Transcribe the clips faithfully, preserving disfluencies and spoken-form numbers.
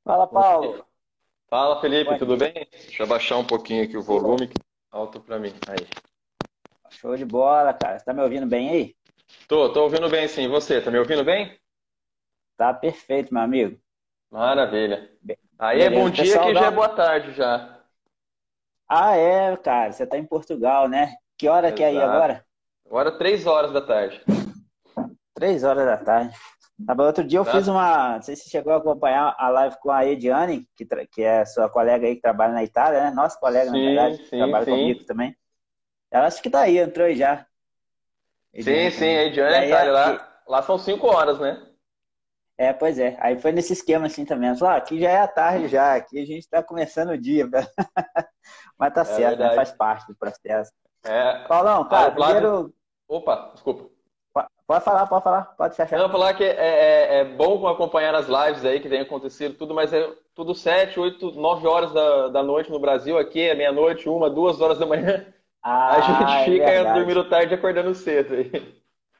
Fala, Bom dia. Paulo. Fala, Felipe, Bom tudo dia. bem? Deixa eu abaixar um pouquinho aqui o volume, que tá alto pra mim. Aí. Show de bola, cara. Você tá me ouvindo bem aí? Tô, tô ouvindo bem sim. E você, tá me ouvindo bem? Tá perfeito, meu amigo. Maravilha. Be- Aí é bom Beleza. dia Pessoal, que já dá é uma... boa tarde já. Ah, é, cara. Você tá em Portugal, né? Que hora que é aí Exato. agora? Agora três horas da tarde. Três horas da tarde. Tava outro dia eu fiz Exato. uma... Não sei se você chegou a acompanhar a live com a Ediane, que, tra- que é sua colega aí que trabalha na Itália, né? Nossa colega, na Sim, verdade, que sim, trabalha comigo sim. também. Ela acho que tá aí, entrou aí já, Sim, sim, a Ediane. E Ediane, aí, Itália, é, e- lá, lá são cinco horas, né? é, pois é. Aí foi nesse esquema assim também. Ela falou, ah, aqui já é a tarde já, aqui a gente tá começando o dia. Mas tá É certo, né? Faz verdade. parte do processo. É, Paulão, lá, cara, lá de... primeiro. Opa, desculpa. po- Pode falar, pode falar, pode Não, fechar. falar que é, é, é bom acompanhar as lives aí que tem acontecido, tudo, mas é tudo sete, oito, nove horas da, da noite no Brasil, aqui é meia-noite, uma, duas horas da manhã. A gente Ah, é fica verdade. dormindo tarde e acordando cedo aí.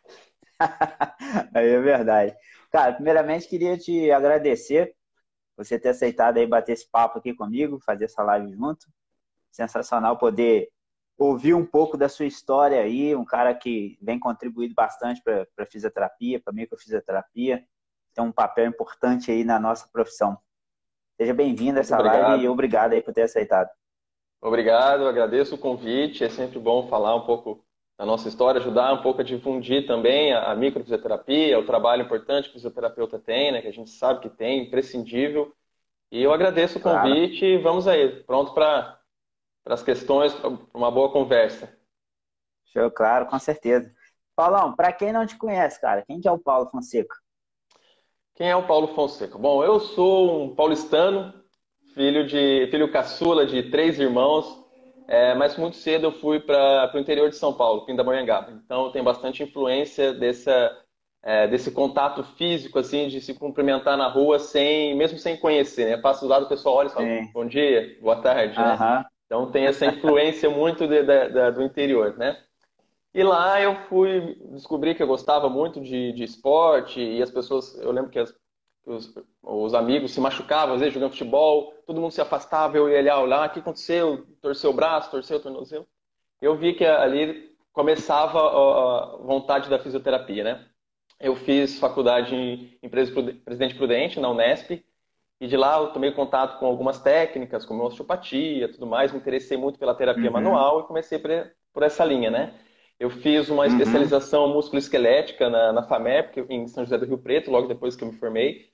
Aí é verdade. Cara, primeiramente queria te agradecer por você ter aceitado aí bater esse papo aqui comigo, fazer essa live junto. Sensacional poder ouvir um pouco da sua história aí, um cara que vem contribuindo bastante para a fisioterapia, para a microfisioterapia, tem um papel importante aí na nossa profissão. Seja bem-vindo a Muito essa live e obrigado. obrigado aí por ter aceitado. Obrigado, agradeço o convite. É sempre bom falar um pouco da nossa história, ajudar um pouco a difundir também a, a microfisioterapia, o trabalho importante que o fisioterapeuta tem, né, que a gente sabe que tem, imprescindível. E eu agradeço o Claro. convite e vamos aí, pronto para as questões, para uma boa conversa. Show, claro, com certeza. Paulão, para quem não te conhece, cara, quem que é o Paulo Fonseca? Quem é o Paulo Fonseca? Bom, eu sou um paulistano, filho de filho caçula de três irmãos, é, mas muito cedo eu fui para o interior de São Paulo, Pindamonhangaba. Então eu tenho bastante influência dessa, é, desse contato físico, assim, de se cumprimentar na rua sem, mesmo sem conhecer, né? Passo do lado, o pessoal olha e fala, Sim. bom dia, boa tarde, né? Aham. Então tem essa influência muito de- da- da- do interior, né? E lá eu fui descobrir que eu gostava muito de, de esporte e as pessoas, eu lembro que, as- que os, os amigos se machucavam, às vezes jogando futebol, todo mundo se afastava, eu ia olhar, olhar, o que aconteceu? Torceu o braço, torceu o tornozelo. Eu vi que ali começava a, a vontade da fisioterapia, né? Eu fiz faculdade em Empresa Prude- Presidente Prudente, na Unesp, e de lá eu tomei contato com algumas técnicas, como osteopatia, tudo mais, me interessei muito pela terapia Uhum. manual e comecei por, por essa linha, né? Eu fiz uma Uhum. especialização musculoesquelética na, na FAMEP, em São José do Rio Preto, logo depois que eu me formei.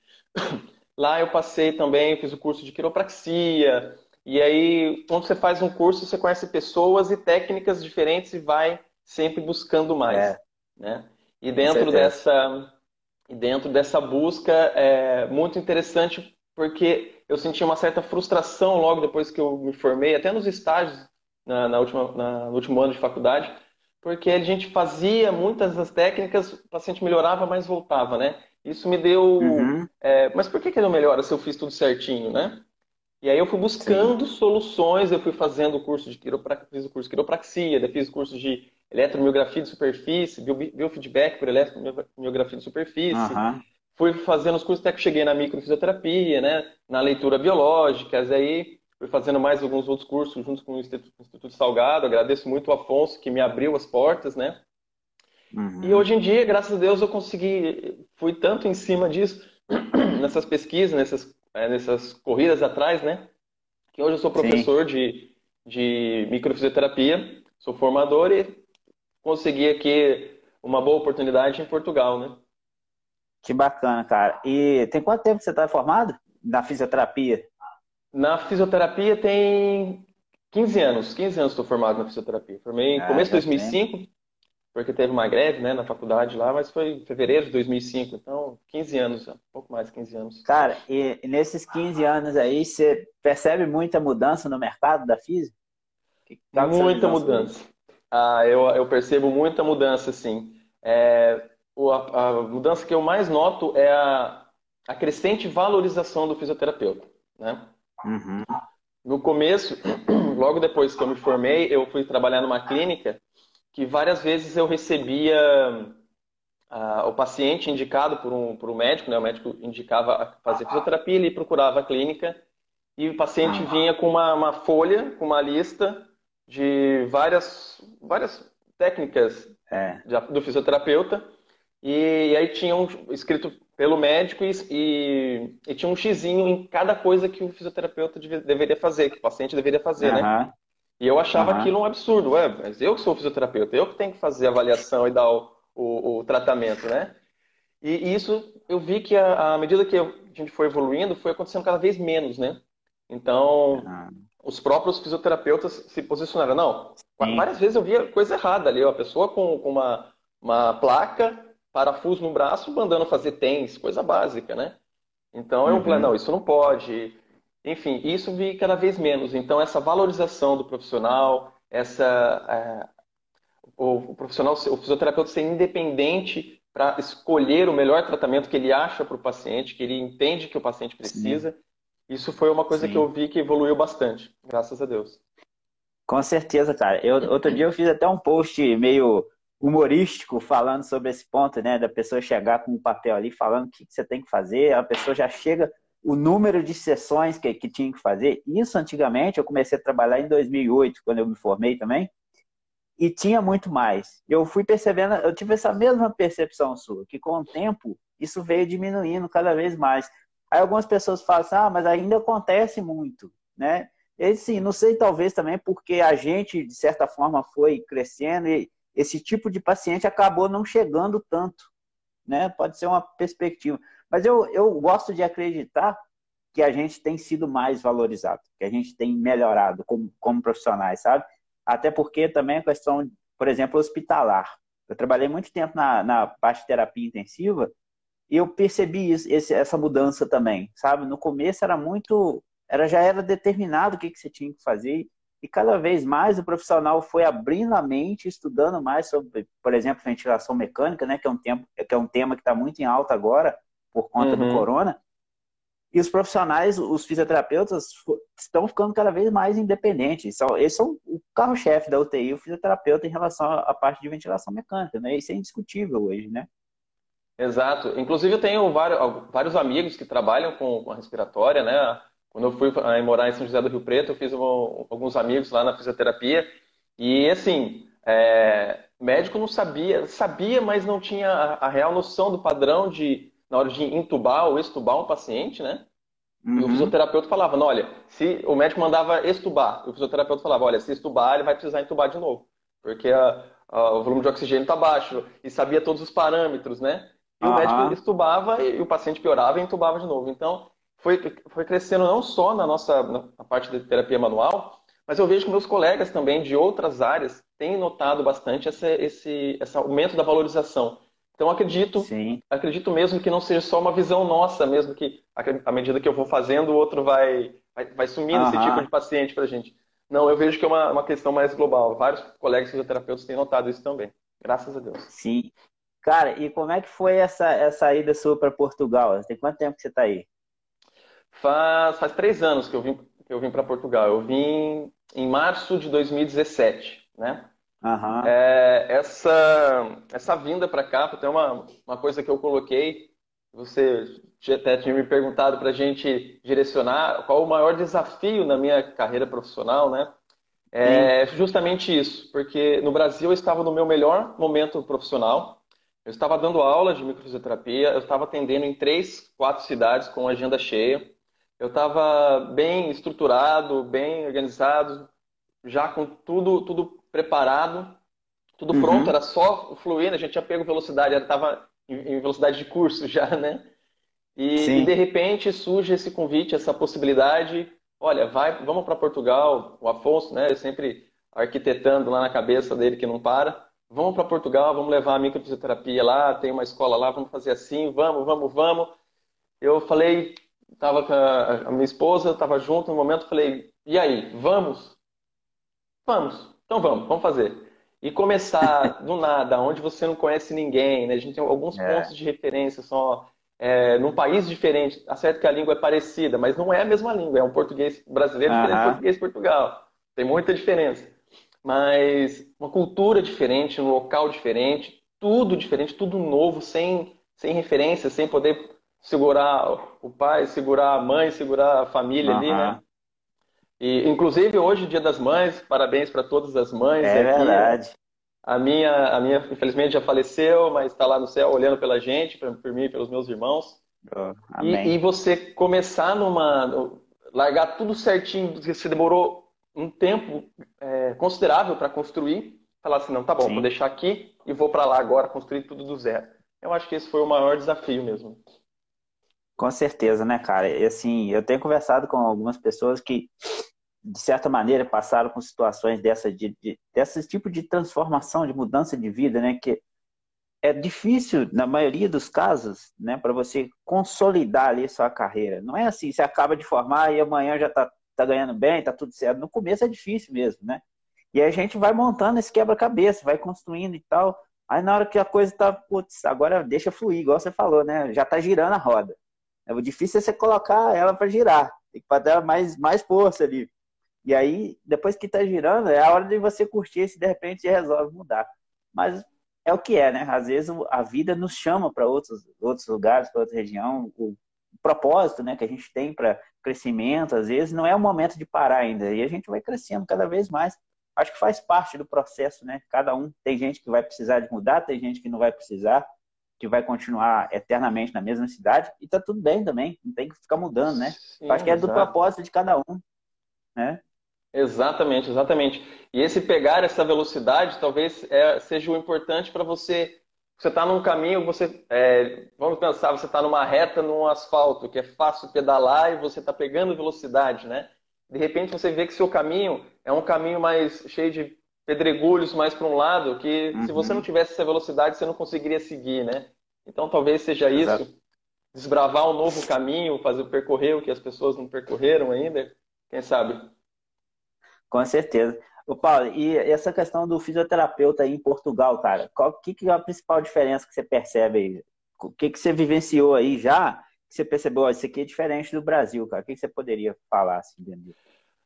Lá eu passei também, fiz o curso de quiropraxia, e aí, quando você faz um curso, você conhece pessoas e técnicas diferentes e vai sempre buscando mais, É, né? E com dentro certeza. dessa, e dentro dessa busca é muito interessante porque eu senti uma certa frustração logo depois que eu me formei, até nos estágios na, na última, na- no último ano de faculdade, porque a gente fazia muitas das técnicas, o paciente melhorava, mas voltava, né? Isso me deu. Uhum. É, mas por que que não melhora se eu fiz tudo certinho, né? E aí eu fui Sim. buscando soluções, eu fui fazendo o curso de quiropraxia, fiz o curso de quiropraxia, daí fiz o curso de eletromiografia de superfície, bio- biofeedback por eletromiografia de superfície, Aham. fui fazendo os cursos até que cheguei na microfisioterapia, né, na leitura biológica, aí fui fazendo mais alguns outros cursos junto com o Instituto, Instituto Salgado, agradeço muito o Afonso que me abriu as portas, né, e Uhum. hoje em dia, graças a Deus, eu consegui, fui tanto em cima disso, nessas pesquisas, nessas, eh, nessas corridas atrás, né, que hoje eu sou Sim. professor de, de microfisioterapia, sou formador e consegui aqui uma boa oportunidade em Portugal, né? Que bacana, cara. E tem quanto tempo que você está formado na fisioterapia? Na fisioterapia tem quinze anos, quinze anos estou formado na fisioterapia. Formei em Ah, começo de já tem. dois mil e cinco, porque teve uma greve, né, na faculdade lá, mas foi em fevereiro de dois mil e cinco, então quinze anos, já, um pouco mais de quinze anos. Cara, e, e nesses quinze anos aí, você percebe muita mudança no mercado da física? Que, qual que é a sua Muita visão sobre isso? mudança. Ah, eu, eu percebo muita mudança, assim. É, o- a, a mudança que eu mais noto é a, a crescente valorização do fisioterapeuta, né? Uhum. No começo, logo depois que eu me formei, eu fui trabalhar numa clínica que várias vezes eu recebia a, o paciente indicado por um, por um médico, né? O médico indicava fazer fisioterapia, ele procurava a clínica e o paciente Ah, vinha com uma, uma folha, com uma lista de várias, várias técnicas é. de- do fisioterapeuta e, e aí tinha um, escrito pelo médico e, e, e tinha um xizinho em cada coisa que o fisioterapeuta deve- deveria fazer, que o paciente deveria fazer, né? Aham, E eu achava aham. aquilo um absurdo. Ué, mas eu que sou fisioterapeuta, eu que tenho que fazer a avaliação e dar o, o, o tratamento, né? E, e isso eu vi que a- à medida que a gente foi evoluindo, foi acontecendo cada vez menos, né? Então, Ah, os próprios fisioterapeutas se posicionaram. Não, sim. várias vezes eu via coisa errada ali, ó, a pessoa com, com uma, uma placa, parafuso no braço, mandando fazer tens, coisa básica, né? Então eu falei, não, Uhum. isso não pode. Enfim, isso vi cada vez menos. Então essa valorização do profissional, essa é, o, o profissional, o fisioterapeuta ser independente para escolher o melhor tratamento que ele acha para o paciente, que ele entende que o paciente Sim, precisa. Isso foi uma coisa que eu sim. vi que evoluiu bastante, graças a Deus. Com certeza, cara. Eu, outro dia eu fiz até um post meio humorístico falando sobre esse ponto, né? Da pessoa chegar com um papel ali falando o que que você tem que fazer, a pessoa já chega, o número de sessões que, que tinha que fazer. Isso antigamente, eu comecei a trabalhar em dois mil e oito, quando eu me formei também, e tinha muito mais. Eu fui percebendo, eu tive essa mesma percepção sua, que com o tempo isso veio diminuindo cada vez mais. Aí algumas pessoas falam assim, ah, mas ainda acontece muito, né? E sim, não sei, talvez também porque a gente, de certa forma, foi crescendo e esse tipo de paciente acabou não chegando tanto, né? Pode ser uma perspectiva. Mas eu, eu gosto de acreditar que a gente tem sido mais valorizado, que a gente tem melhorado como, como profissionais, sabe? Até porque também a questão, por exemplo, hospitalar. Eu trabalhei muito tempo na, na parte de terapia intensiva e eu percebi isso, esse, essa mudança também, sabe? No começo era muito, era já era determinado o que, que você tinha que fazer e cada vez mais o profissional foi abrindo a mente, estudando mais sobre, por exemplo, ventilação mecânica, né? Que é um, tempo, que é um tema que está muito em alta agora por conta do Uhum. corona. E os profissionais, os fisioterapeutas, estão ficando cada vez mais independentes. Eles são o carro-chefe da U T I, o fisioterapeuta, em relação à parte de ventilação mecânica, né? Isso é indiscutível hoje, né? Exato. Inclusive, eu tenho vários, vários amigos que trabalham com, com a respiratória, né? Quando eu fui eh, morar em São José do Rio Preto, eu fiz um- alguns amigos lá na fisioterapia. E, assim, é, médico não sabia, sabia, mas não tinha a, a real noção do padrão de, na hora de intubar ou extubar um paciente, né? E o Uhum. fisioterapeuta falava, não, olha, se o médico mandava extubar, o fisioterapeuta falava, olha, se extubar, ele vai precisar entubar de novo, porque a- a- o volume de oxigênio está baixo, e sabia todos os parâmetros, né? E o médico Aham. extubava e o paciente piorava e entubava de novo. Então, foi, foi crescendo não só na nossa na parte de terapia manual, mas eu vejo que meus colegas também de outras áreas têm notado bastante esse, esse, esse aumento da valorização. Então, acredito Sim. acredito mesmo que não seja só uma visão nossa, mesmo que à medida que eu vou fazendo, o outro vai, vai, vai sumindo esse tipo de Aham. paciente para a gente. Não, eu vejo que é uma, uma questão mais global. Vários colegas fisioterapeutas têm notado isso também. Graças a Deus. Sim. Cara, e como é que foi essa, essa ida sua para Portugal? Tem quanto tempo que você está aí? Faz, faz três anos que eu vim, que eu vim para Portugal. Eu vim em março de dois mil e dezessete, né? Aham. É, essa, essa vinda para cá, tem uma, uma coisa que eu coloquei, você tinha- até tinha me perguntado para a gente direcionar qual o maior desafio na minha carreira profissional, né? Sim. É justamente isso, porque no Brasil eu estava no meu melhor momento profissional, eu estava dando aula de microfisioterapia, eu estava atendendo em três, quatro cidades com agenda cheia, eu estava bem estruturado, bem organizado, já com tudo, tudo preparado, tudo pronto, Uhum. era só fluir, né? A gente tinha pego velocidade, estava em, em velocidade de curso já, né? E, e de Sim. repente surge esse convite, essa possibilidade, olha, vai, vamos para Portugal, o Afonso, né, sempre arquitetando lá na cabeça dele que não para, vamos para Portugal, vamos levar a microfisioterapia lá, tem uma escola lá, vamos fazer assim, vamos, vamos, vamos. Eu falei, estava com a, a minha esposa, estava junto no momento, falei, e aí, vamos? Vamos, então vamos, vamos fazer. E começar do nada, onde você não conhece ninguém, né? A gente tem alguns É. pontos de referência só é, num país diferente. Tá certo que a língua é parecida, mas não é a mesma língua. É um português brasileiro diferente do Aham. português de Portugal. Tem muita diferença. Mas uma cultura diferente, um local diferente. tudo diferente, tudo novo, sem, sem referência, sem poder segurar o pai, segurar a mãe, segurar a família ali, né? Aham. E, inclusive, hoje, Dia das Mães, parabéns para todas as mães É aqui. verdade. A minha, a minha, infelizmente, já faleceu, mas está lá no céu olhando pela gente, por, por mim e pelos meus irmãos. Oh, E, e amém. você começar numa. Largar tudo certinho, porque você demorou um tempo é, considerável para construir, falar assim: não, tá bom, vou Sim. deixar aqui e vou para lá agora construir tudo do zero. Eu acho que esse foi o maior desafio mesmo. Com certeza, né, cara? E assim, eu tenho conversado com algumas pessoas que, de certa maneira, passaram por situações dessa, de, de, desse tipo de transformação, de mudança de vida, né? Que é difícil, na maioria dos casos, né, para você consolidar ali sua carreira. Não é assim, você acaba de formar e amanhã já tá, tá ganhando bem, tá tudo certo. No começo é difícil mesmo, né? E aí a gente vai montando esse quebra-cabeça, vai construindo e tal. Aí na hora que a coisa tá, putz, agora deixa fluir, igual você falou, né? Já tá girando a roda. É, o difícil é você colocar ela para girar, tem que dar mais, mais força ali. E aí, depois que tá girando, é a hora de você curtir se de repente resolve mudar. Mas é o que é, né? Às vezes a vida nos chama para outros, outros lugares, para outra região. O, o propósito, né, que a gente tem para crescimento, às vezes não é o momento de parar ainda. E a gente vai crescendo cada vez mais. Acho que faz parte do processo, né? Cada um tem gente que vai precisar de mudar, tem gente que não vai precisar, que vai continuar eternamente na mesma cidade, e tá tudo bem também, não tem que ficar mudando, né? Acho Sim, que é do exato. propósito de cada um, né? Exatamente, exatamente. E esse pegar essa velocidade talvez é, seja o importante para você. Você está num caminho, você é, vamos pensar, você está numa reta num asfalto que é fácil pedalar e você está pegando velocidade, né? De repente você vê que seu caminho é um caminho mais cheio de pedregulhos, mais para um lado, que se você não Uhum, tivesse essa velocidade você não conseguiria seguir, né? Então talvez seja exato. isso, desbravar um novo caminho, fazer percorrer o que as pessoas não percorreram ainda, quem sabe? Com certeza. Ô, Paulo, e essa questão do fisioterapeuta aí em Portugal, cara, qual que, que é a principal diferença que você percebe aí? O que, que você vivenciou aí já? Que você percebeu, ó, isso aqui é diferente do Brasil, cara. O que, que você poderia falar assim, dentro disso?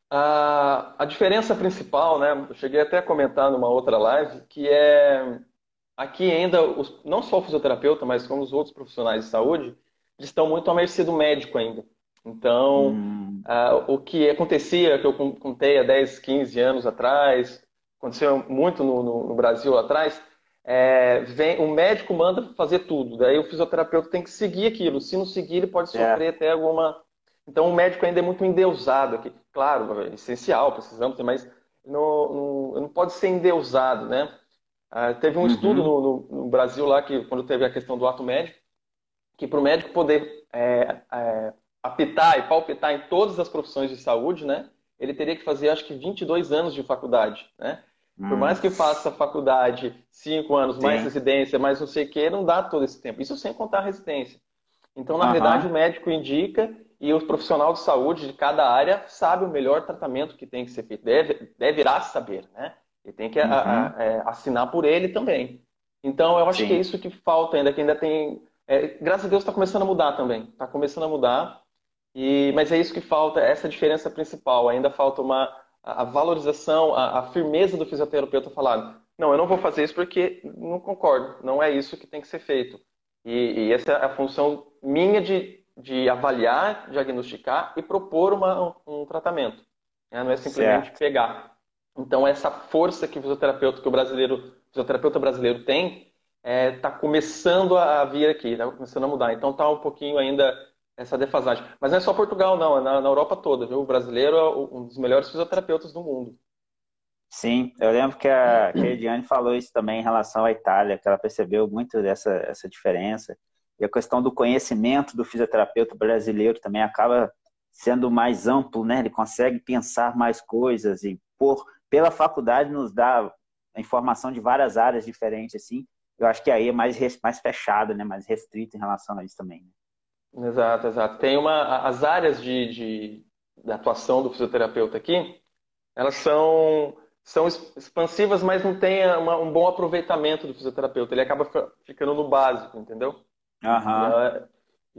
A, a diferença principal, né? Eu cheguei até a comentar numa outra live, que é aqui ainda, os, não só o fisioterapeuta, mas como os outros profissionais de saúde, eles estão muito à mercê do médico ainda. Então, Hum, ah, o que acontecia, que eu con- contei há dez, quinze anos atrás, aconteceu muito no, no- no Brasil lá atrás, é, vem, o médico manda fazer tudo, daí o fisioterapeuta tem que seguir aquilo. Se não seguir, ele pode sofrer certo. até alguma. Então, o médico ainda é muito endeusado aqui. Claro, é essencial, precisamos ter, mas não, não, não pode ser endeusado, né? Ah, teve um estudo Uhum, no, no- no Brasil lá, que quando teve a questão do ato médico, que para o médico poder é, é, apitar e palpitar em todas as profissões de saúde, né, ele teria que fazer, acho que, vinte e dois anos de faculdade, né? Por hum, mais que faça faculdade, cinco anos, mais sim. residência, mais não sei o quê, não dá todo esse tempo. Isso sem contar a residência. Então, na realidade, o Aham, médico indica e o profissional de saúde de cada área sabe o melhor tratamento que tem que ser feito. Deve, deverá saber, né? Ele tem que a, uhum, a, é, assinar por ele também. Então, eu acho que é sim. isso que falta ainda, que ainda tem. É, graças a Deus está começando a mudar também. Está começando a mudar, e, mas é isso que falta, essa diferença principal. Ainda falta uma, a, a valorização, a, a firmeza do fisioterapeuta falar: não, eu não vou fazer isso porque não concordo, não é isso que tem que ser feito. E, e essa é a função minha de, de avaliar, diagnosticar e propor uma, um, um tratamento. Né? Não é simplesmente Certo. pegar. Então, essa força que o fisioterapeuta, que o brasileiro, o fisioterapeuta brasileiro tem, está começando a vir aqui, está começando a mudar. Então, está um pouquinho ainda essa defasagem. Mas não é só Portugal, não, é na, na Europa toda, viu? O brasileiro é um dos melhores fisioterapeutas do mundo. Sim, eu lembro que a, que a Ediane falou isso também em relação à Itália, que ela percebeu muito dessa essa diferença. E a questão do conhecimento do fisioterapeuta brasileiro também acaba sendo mais amplo, né? Ele consegue pensar mais coisas e, por, pela faculdade, nos dá informação de várias áreas diferentes, assim. Eu acho que aí é mais, res- mais fechado, né? Mais restrito em relação a isso também, né? Exato, exato. Tem uma, as áreas de, de, de atuação do fisioterapeuta aqui, elas são, são expansivas, mas não tem uma- um bom aproveitamento do fisioterapeuta. Ele acaba fi- ficando no básico, entendeu? E, Aham, ela-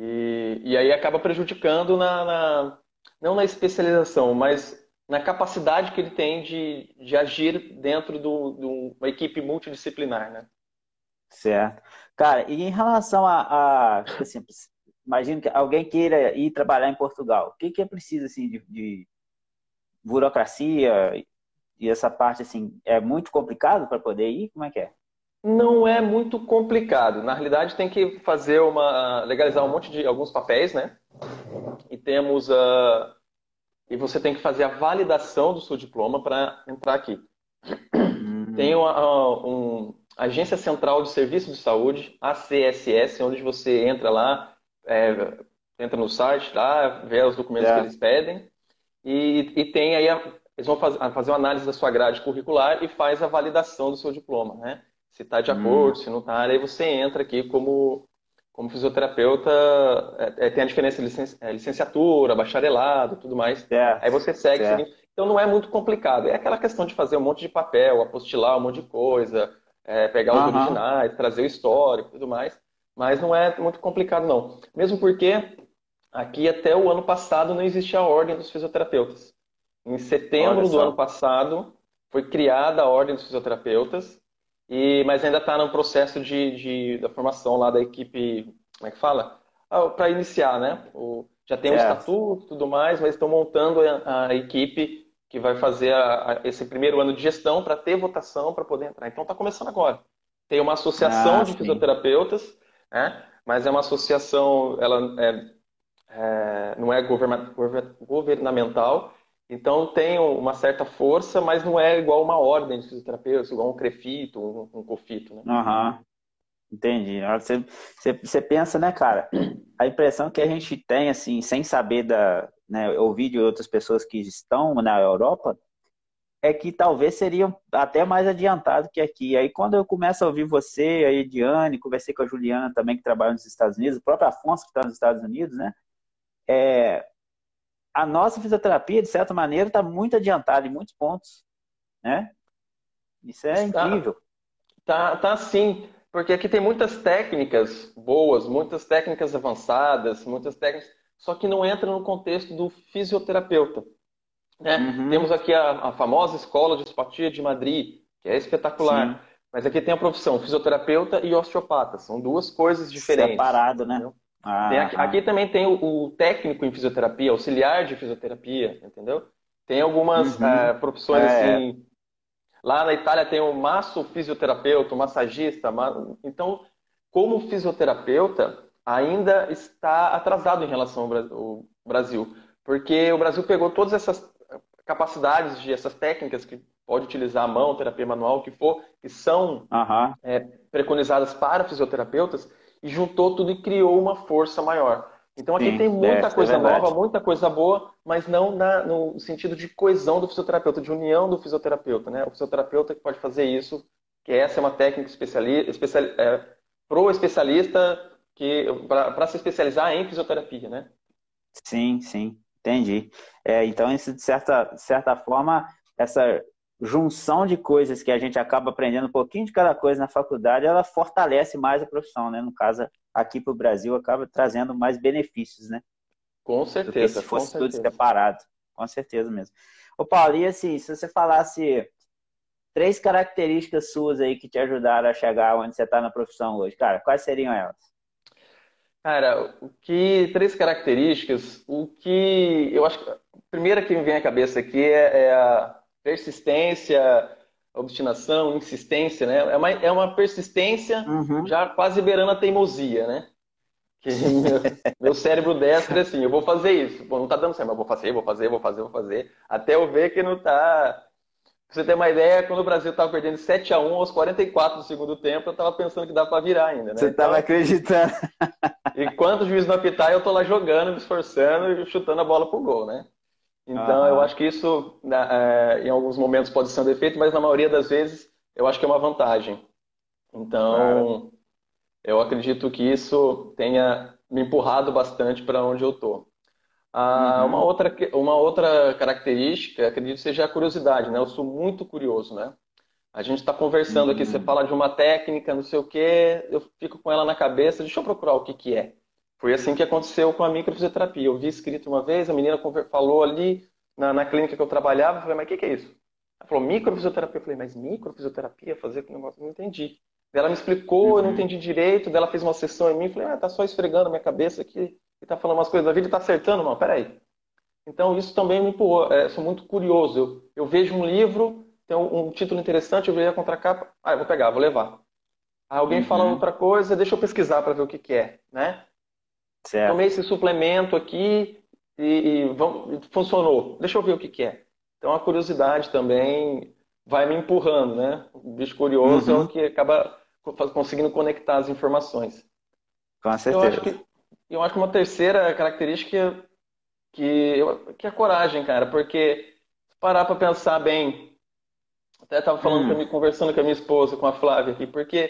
e, e aí acaba prejudicando na, na- não na especialização, mas na capacidade que ele tem de, de agir dentro do- de uma equipe multidisciplinar, né? Certo. Cara, e em relação a, a tipo assim, imagino que alguém queira ir trabalhar em Portugal. O que que é preciso assim de, de burocracia e essa parte assim é muito complicado para poder ir? Como é que é? Não é muito complicado. Na realidade, tem que fazer uma legalizar um monte de alguns papéis, né? E temos a e você tem que fazer a validação do seu diploma para entrar aqui. Tem Hum, uma, um, a Agência Central de Serviços de Saúde, A C S S, onde você entra lá, é, entra no site lá, vê os documentos que eles certo. pedem e, e tem aí a, eles vão faz, fazer uma análise da sua grade curricular e faz a validação do seu diploma, né? Se está de acordo, Hum, se não está, aí você entra aqui como como fisioterapeuta, é, é, tem a diferença de licen, é, licenciatura, bacharelado, tudo mais. Aí certo, você segue certo. seguindo. Então não é muito complicado. É aquela questão de fazer um monte de papel, apostilar um monte de coisa, é, pegar os Aham. originais, trazer o histórico, tudo mais. Mas não é muito complicado não. Mesmo porque aqui até o ano passado não existia a ordem dos fisioterapeutas. Em Olha setembro do ano só. passado foi criada a ordem dos fisioterapeutas, e, mas ainda está no processo de, de- da formação lá da equipe, como é que fala? Para iniciar, né? O- já tem o Certo. estatuto e tudo mais, mas estão montando a, a equipe que vai fazer a- a- esse primeiro ano de gestão para ter votação para poder entrar. Então está começando agora. Tem uma associação Ah, de sim. fisioterapeutas, né? Mas é uma associação, ela é não é governa- gover- governamental, então tem uma certa força, mas não é igual uma ordem de fisioterapeutas, igual um CREFITO, um, um COFITO, né? Aham. Entendi. Na hora que Você, você, você pensa, né, cara? A impressão que a gente tem, assim, sem saber da, né, ouvir de outras pessoas que estão na Europa, é que talvez seriam até mais adiantados que aqui. Aí quando eu começo a ouvir você, a Ediane, conversei com a Juliana também, que trabalha nos Estados Unidos, o próprio Afonso, que está nos Estados Unidos, né? A nossa fisioterapia, de certa maneira, está muito adiantada em muitos pontos, né? Isso é Está, incrível. tá, tá sim, porque aqui tem muitas técnicas boas, muitas técnicas avançadas, muitas técnicas, só que não entra no contexto do fisioterapeuta, né? Uhum, Temos aqui a, a famosa Escola de Osteopatia de Madrid, que é sim. espetacular, mas aqui tem a profissão fisioterapeuta e osteopata, são duas coisas diferentes, Separado, né? entendeu? Tem aqui, aqui Aham. também tem o, o técnico em fisioterapia, auxiliar de fisioterapia, entendeu? Tem algumas Uhum. eh, profissões É, assim. Lá na Itália tem o masso fisioterapeuta, o massagista. ma- Então, como fisioterapeuta, ainda está atrasado em relação ao Bra- ao Brasil, porque o Brasil pegou todas essas capacidades de essas técnicas que pode utilizar a mão, terapia manual, o que for, que são aham. é, preconizadas para fisioterapeutas e juntou tudo e criou uma força maior. Então aqui tem Sim, é, muita isso é coisa nova, verdade. muita coisa boa, mas não na- no sentido de coesão do fisioterapeuta, de união do fisioterapeuta, né? O fisioterapeuta que pode fazer isso, que essa é uma técnica especiali especial, é, pro especialista que para se especializar em fisioterapia, né? Sim, sim, entendi. É, então, isso, de certa, de certa forma, essa junção de coisas que a gente acaba aprendendo um pouquinho de cada coisa na faculdade, ela fortalece mais a profissão, né? No caso, aqui para o Brasil, acaba trazendo mais benefícios, né? Com Do que certeza, se com fosse tudo certeza. separado. Com certeza mesmo. Ô, Paulo, e assim, se você falasse três características suas aí que te ajudaram a chegar onde você está na profissão hoje, cara, quais seriam elas? Cara, o que três características, o que eu acho que a primeira que me vem à cabeça aqui é, é a persistência, a obstinação, insistência, né? É uma, é uma persistência Uhum. já quase beirando a teimosia, né? Que meu, meu cérebro destro é assim, eu vou fazer isso, pô, não tá dando certo, mas eu vou fazer, vou fazer, vou fazer, vou fazer, até eu ver que não tá. Pra você ter uma ideia, quando o Brasil estava perdendo sete a um aos quarenta e quatro do segundo tempo, eu estava pensando que dá para virar ainda, Você né? estava Então, acreditando. enquanto o juiz não apitar, eu tô lá jogando, me esforçando e chutando a bola pro gol, né? Então, eu Aham, acho que isso, na- é, em alguns momentos, pode ser um defeito, mas na maioria das vezes, eu acho que é uma vantagem. claro. Então, eu acredito que isso tenha me empurrado bastante para onde eu tô. Ah, uma Uhum, outra, que- uma outra característica, acredito, seja a curiosidade, né? Eu sou muito curioso, né? A gente está conversando aqui, você uhum. fala de uma técnica, não sei o quê, eu fico com ela na cabeça, deixa eu procurar o que que é. Foi assim que aconteceu com a microfisioterapia. Eu vi escrito uma vez, a menina conver- falou ali na, na clínica que eu trabalhava, eu falei, mas o que que é isso? Ela falou, microfisioterapia. Eu falei, mas microfisioterapia? Fazer com negócio? Não entendi. Ela me explicou, eu não Uhum. entendi direito, daí ela fez uma sessão em mim, falei, ah, tá só esfregando a minha cabeça aqui, e tá falando umas coisas da vida e tá acertando, não, peraí. Então isso também me empurrou, é, sou muito curioso, eu, eu vejo um livro, tem um, um título interessante, eu vejo a contracapa, ah, eu vou pegar, vou levar. Aí alguém fala Uhum. outra coisa, deixa eu pesquisar para ver o que que é, né? Tomei Certo. esse suplemento aqui e, e vamos- funcionou. Deixa eu ver o que que é. Então a curiosidade também vai me empurrando, né? O bicho curioso é o Uhum. que acaba co- conseguindo conectar as informações. Com Eu acho certeza. que eu acho que uma terceira característica que, eu- que é a coragem, cara, porque se parar para pensar bem, até estava falando com a Hum. minha- conversando com a minha esposa, com a Flávia aqui, porque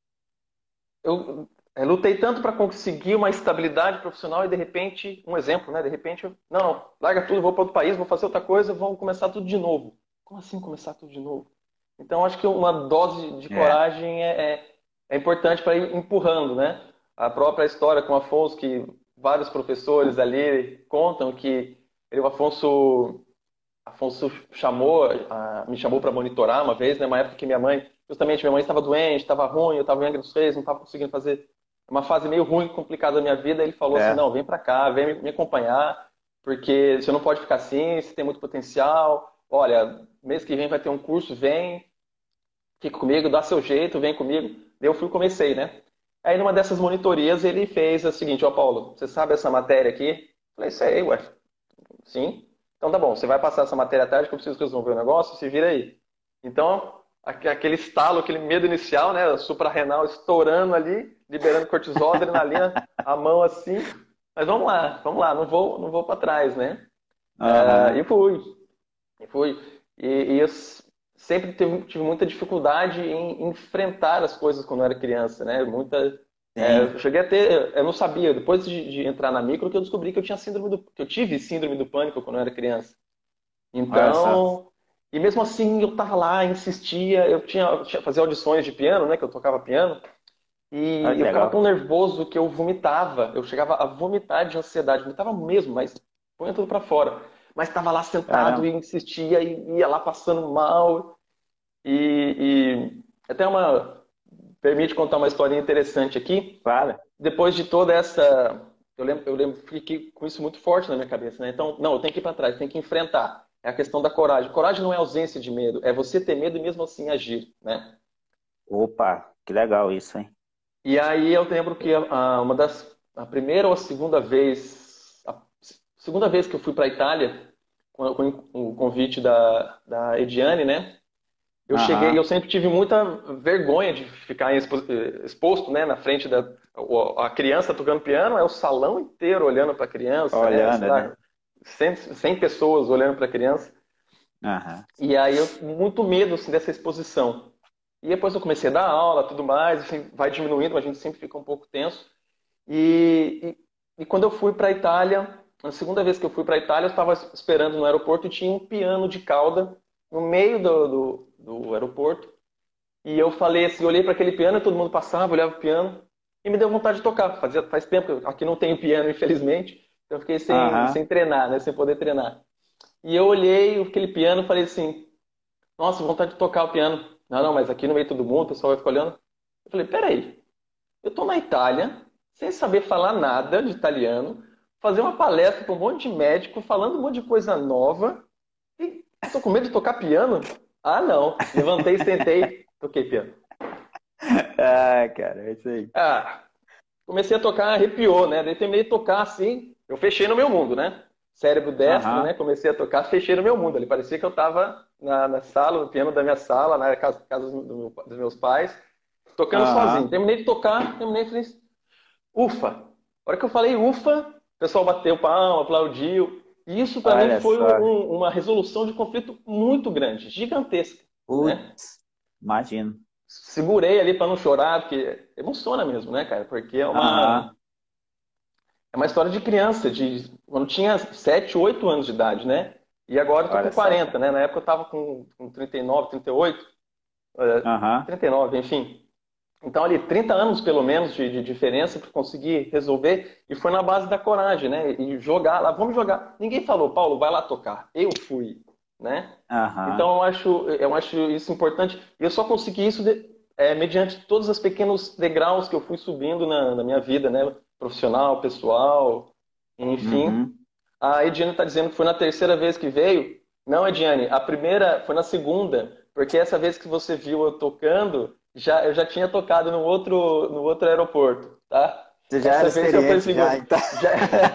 eu é, lutei tanto para conseguir uma estabilidade profissional e de repente, um exemplo, né? De repente, eu, não, não, larga tudo, vou para outro país, vou fazer outra coisa, vamos começar tudo de novo. Como assim começar tudo de novo? Então, acho que uma dose de É. coragem é, é, é importante para ir empurrando, né? A própria história com o Afonso, que vários professores ali contam que ele, o Afonso Afonso chamou, a- me chamou para monitorar uma vez, né? Uma época que minha mãe, justamente minha mãe estava doente, estava ruim, eu estava em Angra dos Reis, não estava conseguindo fazer uma fase meio ruim, complicada da minha vida. Ele falou assim: É. não, vem para cá, vem me, me acompanhar, porque você não pode ficar assim, você tem muito potencial. Olha, mês que vem vai ter um curso, vem, fica comigo, dá seu jeito, vem comigo. Daí eu fui e comecei, né? Aí numa dessas monitorias ele fez a seguinte: ó, Paulo, você sabe essa matéria aqui? Eu falei, sei, ué. Sim. Então tá bom, você vai passar essa matéria à tarde que eu preciso resolver o negócio, se vira aí. Então, aque- aquele estalo, aquele medo inicial, né? Suprarrenal estourando ali, liberando cortisol, adrenalina, a mão assim. Mas vamos lá, vamos lá, não vou, não vou para trás, né? Ah, Aham. e fui, e fui. E, e eu s- sempre tive, tive muita dificuldade em enfrentar as coisas quando eu era criança, né? Muita, é, Sim. eu cheguei a ter, eu não sabia, depois de, de entrar na micro, que eu descobri que eu tinha síndrome do, que eu tive síndrome do pânico quando eu era criança. Olha só. Então, e mesmo assim eu tava lá, insistia, eu tinha, eu tinha fazia audições de piano, né, que eu tocava piano, Olha e que eu ficava tão legal. nervoso que eu vomitava, eu chegava a vomitar de ansiedade, vomitava mesmo, mas põe tudo pra fora. Mas estava lá sentado e Caramba. insistia e ia lá passando mal e, e até uma permite contar uma historinha interessante aqui. Fala. Depois de toda essa. Eu lembro, eu lembro, fiquei com isso muito forte na minha cabeça, né? Então, não, eu tenho que ir para trás, tenho que enfrentar. É a questão da coragem. Coragem não é ausência de medo, é você ter medo e mesmo assim agir, né? Opa, que legal isso, hein? E aí eu lembro que a, uma das. A primeira ou a segunda vez. A segunda vez que eu fui para a Itália, com, com o convite da, da Ediane, né? Eu cheguei, eu Aham. sempre tive muita vergonha de ficar expo- exposto, né, na frente da o- a criança tocando piano, é o salão inteiro olhando para a criança, né, sei Olhando, né? lá, cem, cem pessoas olhando para a criança. Aham. E aí eu muito medo assim, dessa exposição. E depois eu comecei a dar aula, tudo mais, assim, vai diminuindo, a gente sempre fica um pouco tenso. E, e, e quando eu fui para a Itália, a segunda vez que eu fui para a Itália, eu estava esperando no aeroporto e tinha um piano de cauda no meio do, do, do aeroporto. E eu falei assim, olhei para aquele piano, todo mundo passava, olhava o piano e me deu vontade de tocar. Fazia, faz tempo que eu- aqui não tenho piano, infelizmente. Então eu fiquei sem, Aham. sem treinar, né? Sem poder treinar. E eu olhei aquele piano e falei assim, nossa, vontade de tocar o piano. Não, não, mas aqui no meio de todo mundo, o pessoal vai ficar olhando. Eu falei, peraí, eu tô na Itália, sem saber falar nada de italiano, fazer uma palestra para um monte de médico, falando um monte de coisa nova, e eu tô com medo de tocar piano? Ah, não. Levantei, sentei, toquei piano. Ah, cara, é isso aí. Ah, comecei a tocar, arrepiou, né? Daí terminei de tocar assim, eu fechei no meu mundo, né? Cérebro destro, né? Aham. Comecei a tocar, fechei no meu mundo. Ali parecia que eu estava na, na sala, no piano da minha sala, na casa, casa do meu- dos meus pais, tocando sozinho. Aham. Terminei de tocar, terminei e falei, ufa! A hora que eu falei ufa, o pessoal bateu palma, aplaudiu. E isso para mim Olha foi só. um- um- uma resolução de conflito muito grande, gigantesca, né? Putz, imagino. Segurei ali para não chorar, porque emociona mesmo, né, cara? Porque é uma Aham. É uma história de criança, de quando tinha sete, oito anos de idade, né? E agora eu tô com Olha só, quarenta, cara. né? Na época eu tava com, com trinta e nove, trinta e oito, é, Aham. trinta e nove, enfim. Então ali, trinta anos pelo menos de, de diferença para conseguir resolver. E foi na base da coragem, né? E jogar lá, vamos jogar. Ninguém falou, Paulo, vai lá tocar. Eu fui, né? Aham. Então eu acho, eu acho isso importante. E eu só consegui isso de- é, mediante todos os pequenos degraus que eu fui subindo na, na minha vida, né? Profissional, pessoal, enfim. Uhum. A Ediane está dizendo que foi na terceira vez que veio. Não, Ediane, a primeira foi na segunda, porque essa vez que você viu eu tocando, já, eu já tinha tocado no outro, no outro aeroporto, tá? Você já era Essa vez já foi experiente, já, segunda. então. Já...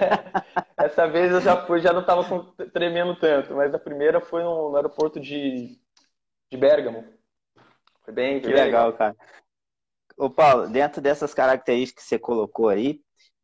Essa vez eu já fui, já não estava tremendo tanto, mas a primeira foi no, no aeroporto de, de Bérgamo. Foi bem, foi Que bem legal, legal. cara. Ô, Paulo, dentro dessas características que você colocou aí,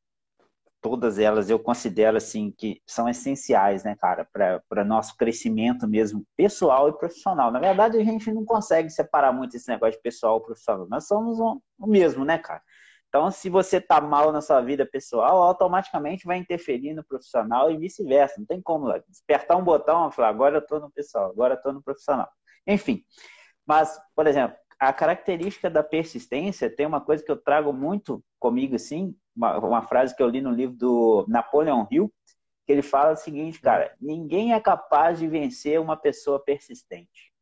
todas elas eu considero assim que são essenciais, né, cara, para nosso crescimento mesmo pessoal e profissional. Na verdade, a gente não consegue separar muito esse negócio de pessoal e profissional. Nós somos um- o mesmo, né, cara? Então, se você tá mal na sua vida pessoal, automaticamente vai interferir no profissional e vice-versa. Não tem como despertar um botão e falar, agora eu tô no pessoal, agora eu tô no profissional. Enfim, mas, por exemplo, a característica da persistência tem uma coisa que eu trago muito comigo, assim, uma, uma frase que eu li no livro do Napoleon Hill, que ele fala o seguinte, cara, ninguém é capaz de vencer uma pessoa persistente.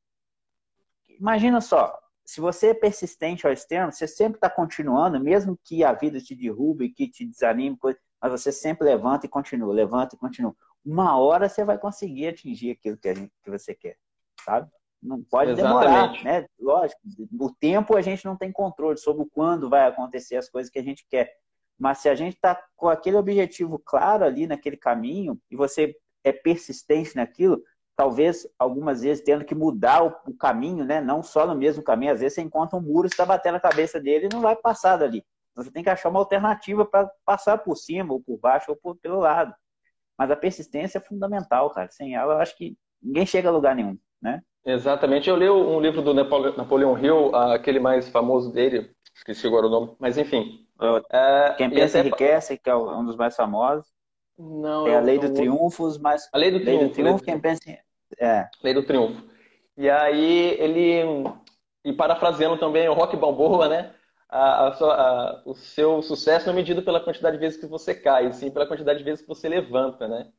Imagina só, se você é persistente ao extremo, você sempre está continuando, mesmo que a vida te derrube, que te desanime, mas você sempre levanta e continua, levanta e continua. Uma hora você vai conseguir atingir aquilo que, a gente, que você quer, sabe? Não pode demorar, Exatamente. né? Lógico, o tempo a gente não tem controle sobre quando vai acontecer as coisas que a gente quer. Mas se a gente está com aquele objetivo claro ali naquele caminho e você é persistente naquilo, talvez algumas vezes tendo que mudar o, o caminho, né? Não só no mesmo caminho, às vezes você encontra um muro, você está batendo a cabeça dele e não vai passar dali. Você tem que achar uma alternativa para passar por cima, ou por baixo, ou por, pelo lado. Mas a persistência é fundamental, cara. Sem ela, eu acho que ninguém chega a lugar nenhum, né? Exatamente. Eu li um livro do Napole- Napoleon Hill, aquele mais famoso dele, esqueci agora o nome, mas enfim. É, Quem e pensa até. enriquece, que é um dos mais famosos. Não, Tem é a um, lei é do um outro. triunfo, mas A Lei do lei do Triunfo, Lei do triunfo, quem Triunfo. pensa em... É, Lei do Triunfo. E aí ele, e parafraseando também o Rock Balboa, né? A, a sua- a- o seu sucesso não é medido pela quantidade de vezes que você cai, e sim pela quantidade de vezes que você levanta, né?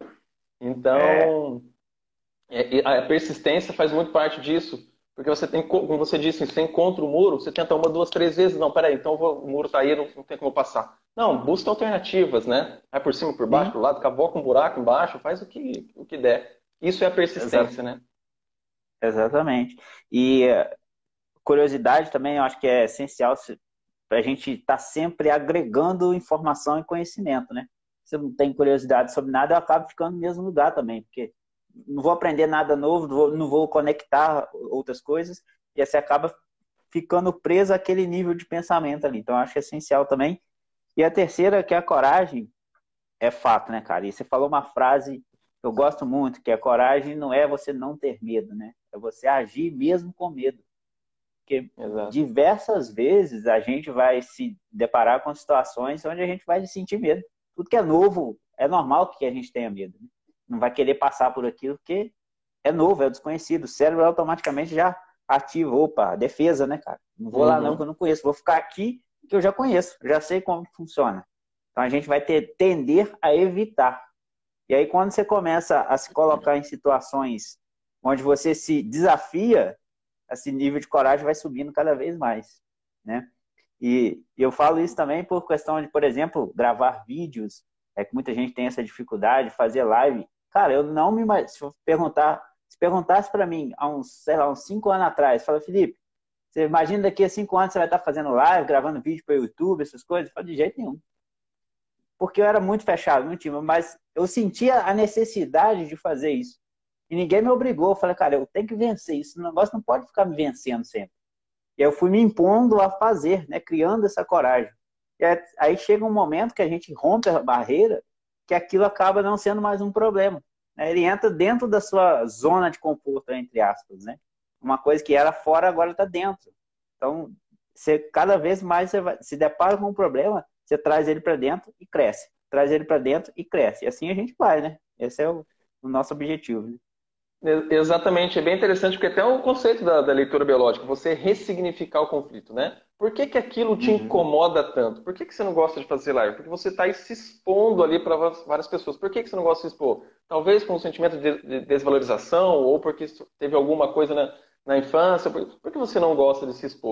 é, Então, é- e a persistência faz muito parte disso, porque você tem, como você disse, você encontra o muro, você tenta uma, duas, três vezes, não, peraí, então eu vou- o muro tá aí, não, não tem como eu passar. Não, busca alternativas, né? Vai por cima, por baixo, sim, por lado, cavoca um buraco embaixo, faz o que, o que der. Isso é a exa- persistência, né? exatamente. E eh, curiosidade também, eu acho que é essencial para a gente estar sempre agregando informação e conhecimento, né? Se eu não tenho curiosidade sobre nada, eu acabo ficando no mesmo lugar também, porque não vou aprender nada novo, não vou, não vou conectar outras coisas, e aí você acaba ficando preso àquele nível de pensamento ali. Então, eu acho essencial também. E a terceira, que é a coragem, é fato, né, cara? E você falou uma frase que eu gosto muito, que a coragem não é você não ter medo, né? É você agir mesmo com medo. Porque Exato. diversas vezes a gente vai se deparar com situações onde a gente vai sentir medo. Tudo que é novo, é normal que a gente tenha medo. Né? Não vai querer passar por aquilo porque é novo, é desconhecido. O cérebro automaticamente já ativa, opa, defesa, né, cara? Não vou lá não, que eu Uhum. não conheço. Vou ficar aqui que eu já conheço, já sei como funciona. Então a gente vai ter, tender a evitar. E aí quando você começa a se colocar em situações onde você se desafia, esse nível de coragem vai subindo cada vez mais, né? E eu falo isso também por questão de, por exemplo, gravar vídeos, é que muita gente tem essa dificuldade, fazer live. Cara, eu não me se eu perguntar, se perguntasse para mim há uns, sei lá, uns cinco anos atrás, fala, Felipe, você imagina daqui a cinco anos você vai estar fazendo live, gravando vídeo para o YouTube, essas coisas? Eu falo, de jeito nenhum. Porque eu era muito fechado, muito tímido, mas eu sentia a necessidade de fazer isso. E ninguém me obrigou. Eu falei, cara, eu tenho que vencer isso. O negócio não pode ficar me vencendo sempre. E aí eu fui me impondo a fazer, né? Criando essa coragem. E aí chega um momento que a gente rompe a barreira, que aquilo acaba não sendo mais um problema. Né? Ele entra dentro da sua zona de conforto, entre aspas, né? Uma coisa que era fora, agora está dentro. Então, você, cada vez mais você vai, se depara com um problema, você traz ele para dentro e cresce. Traz ele para dentro e cresce. E assim a gente vai, né? Esse é o, o nosso objetivo. Né? E- Exatamente, é bem interessante porque até o conceito da, da leitura biológica, você ressignificar o conflito, né? Por que que aquilo te Uhum. incomoda tanto? Por que que você não gosta de fazer live? Porque você está se expondo ali para várias pessoas. Por que que você não gosta de se expor? Talvez com um sentimento de, de desvalorização ou porque isso teve alguma coisa na, na infância. Por, por que você não gosta de se expor?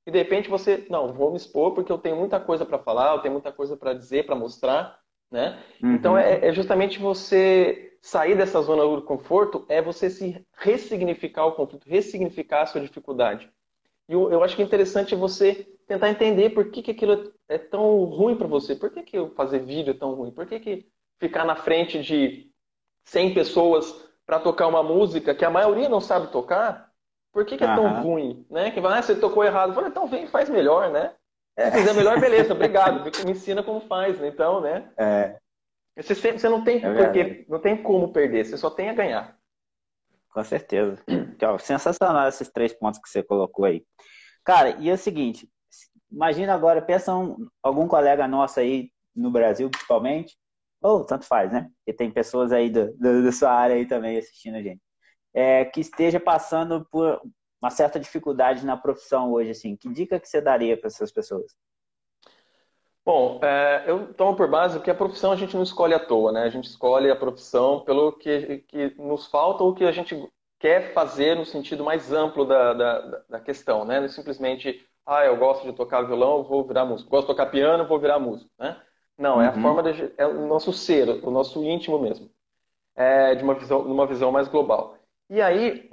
E de repente você, não, vou me expor porque eu tenho muita coisa para falar, eu tenho muita coisa para dizer, para mostrar, né? Então Uhum. é, é justamente você sair dessa zona de conforto, é você se ressignificar o conflito, ressignificar a sua dificuldade. E eu, eu acho que é interessante você tentar entender por que, que aquilo é tão ruim para você. Por que, que eu fazer vídeo é tão ruim? Por que, que ficar na frente de cem pessoas para tocar uma música que a maioria não sabe tocar? Por que, que é tão Aham. ruim? Né? Que vai, ah, você tocou errado. Eu falei, então vem, faz melhor, né? Se É, fizer melhor, beleza, obrigado. Me ensina como faz, né? Então, né? é, Você, sempre- você não tem é verdade. porque, não tem como perder, você só tem a ganhar. Com certeza. Que, ó, sensacional esses três pontos que você colocou aí. Cara, e é o seguinte, imagina agora, pensa um, algum colega nosso aí no Brasil, principalmente, ou tanto faz, né? Porque tem pessoas aí do, do- da sua área aí também assistindo a gente, é, que esteja passando por uma certa dificuldade na profissão hoje, assim. Que dica que você daria para essas pessoas? Bom, é, eu tomo por base que a profissão a gente não escolhe à toa, né? A gente escolhe a profissão pelo que, que nos falta ou que a gente quer fazer no sentido mais amplo da, da, da questão, né? Não é simplesmente, ah, eu gosto de tocar violão, vou virar músico. Gosto de tocar piano, vou virar músico, né? Não, é a forma Uhum, de, é o nosso ser, o nosso íntimo mesmo, é de uma visão, numa visão mais global. E aí,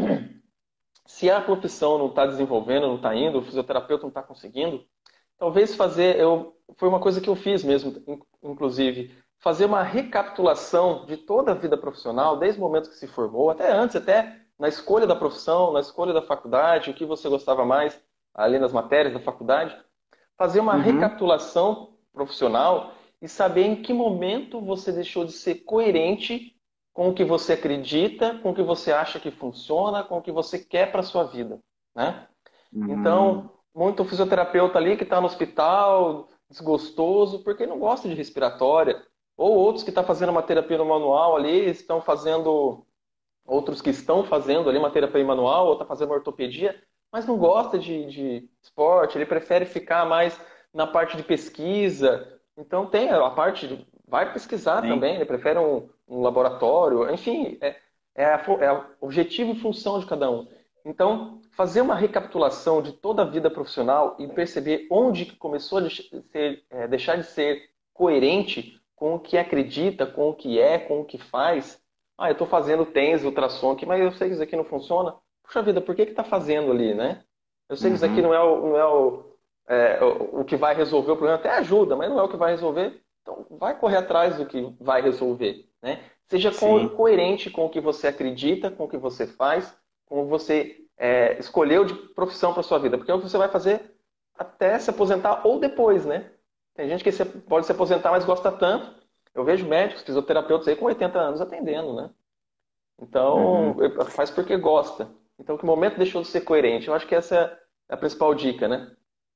se a profissão não está desenvolvendo, não está indo, o fisioterapeuta não está conseguindo, talvez fazer, eu, foi uma coisa que eu fiz mesmo, inclusive, fazer uma recapitulação de toda a vida profissional, desde o momento que se formou, até antes, até na escolha da profissão, na escolha da faculdade, o que você gostava mais ali nas matérias da faculdade, fazer uma uhum, recapitulação profissional e saber em que momento você deixou de ser coerente com o que você acredita, com o que você acha que funciona, com o que você quer para a sua vida, né? uhum, Então, muito fisioterapeuta ali que está no hospital, desgostoso, porque não gosta de respiratória. Ou outros que estão fazendo uma terapia no manual ali, estão fazendo, outros que estão fazendo ali uma terapia manual, ou está fazendo uma ortopedia, mas não gosta de, de esporte, ele prefere ficar mais na parte de pesquisa. Então tem a parte de, vai pesquisar sim, também, ele prefere um, um laboratório, enfim, é, é, a, é o objetivo e função de cada um. Então, fazer uma recapitulação de toda a vida profissional e perceber onde que começou a deix- ser, é, deixar de ser coerente com o que acredita, com o que é, com o que faz. Ah, eu estou fazendo TENS, ultrassom aqui, mas eu sei que isso aqui não funciona. Puxa vida, por que que está fazendo ali, né? Eu sei que isso aqui uhum, não é o, não é o, é, o, o que vai resolver o problema, até ajuda, mas não é o que vai resolver. Então, vai correr atrás do que vai resolver, né? Seja co- sim, coerente com o que você acredita, com o que você faz, com o que você é, escolheu de profissão para sua vida, porque é o que você vai fazer até se aposentar ou depois, né? Tem gente que se- pode se aposentar, mas gosta tanto. Eu vejo médicos, fisioterapeutas aí com oitenta anos atendendo, né? Então, uhum. faz porque gosta. Então, que momento deixou de ser coerente? Eu acho que essa é a principal dica, né?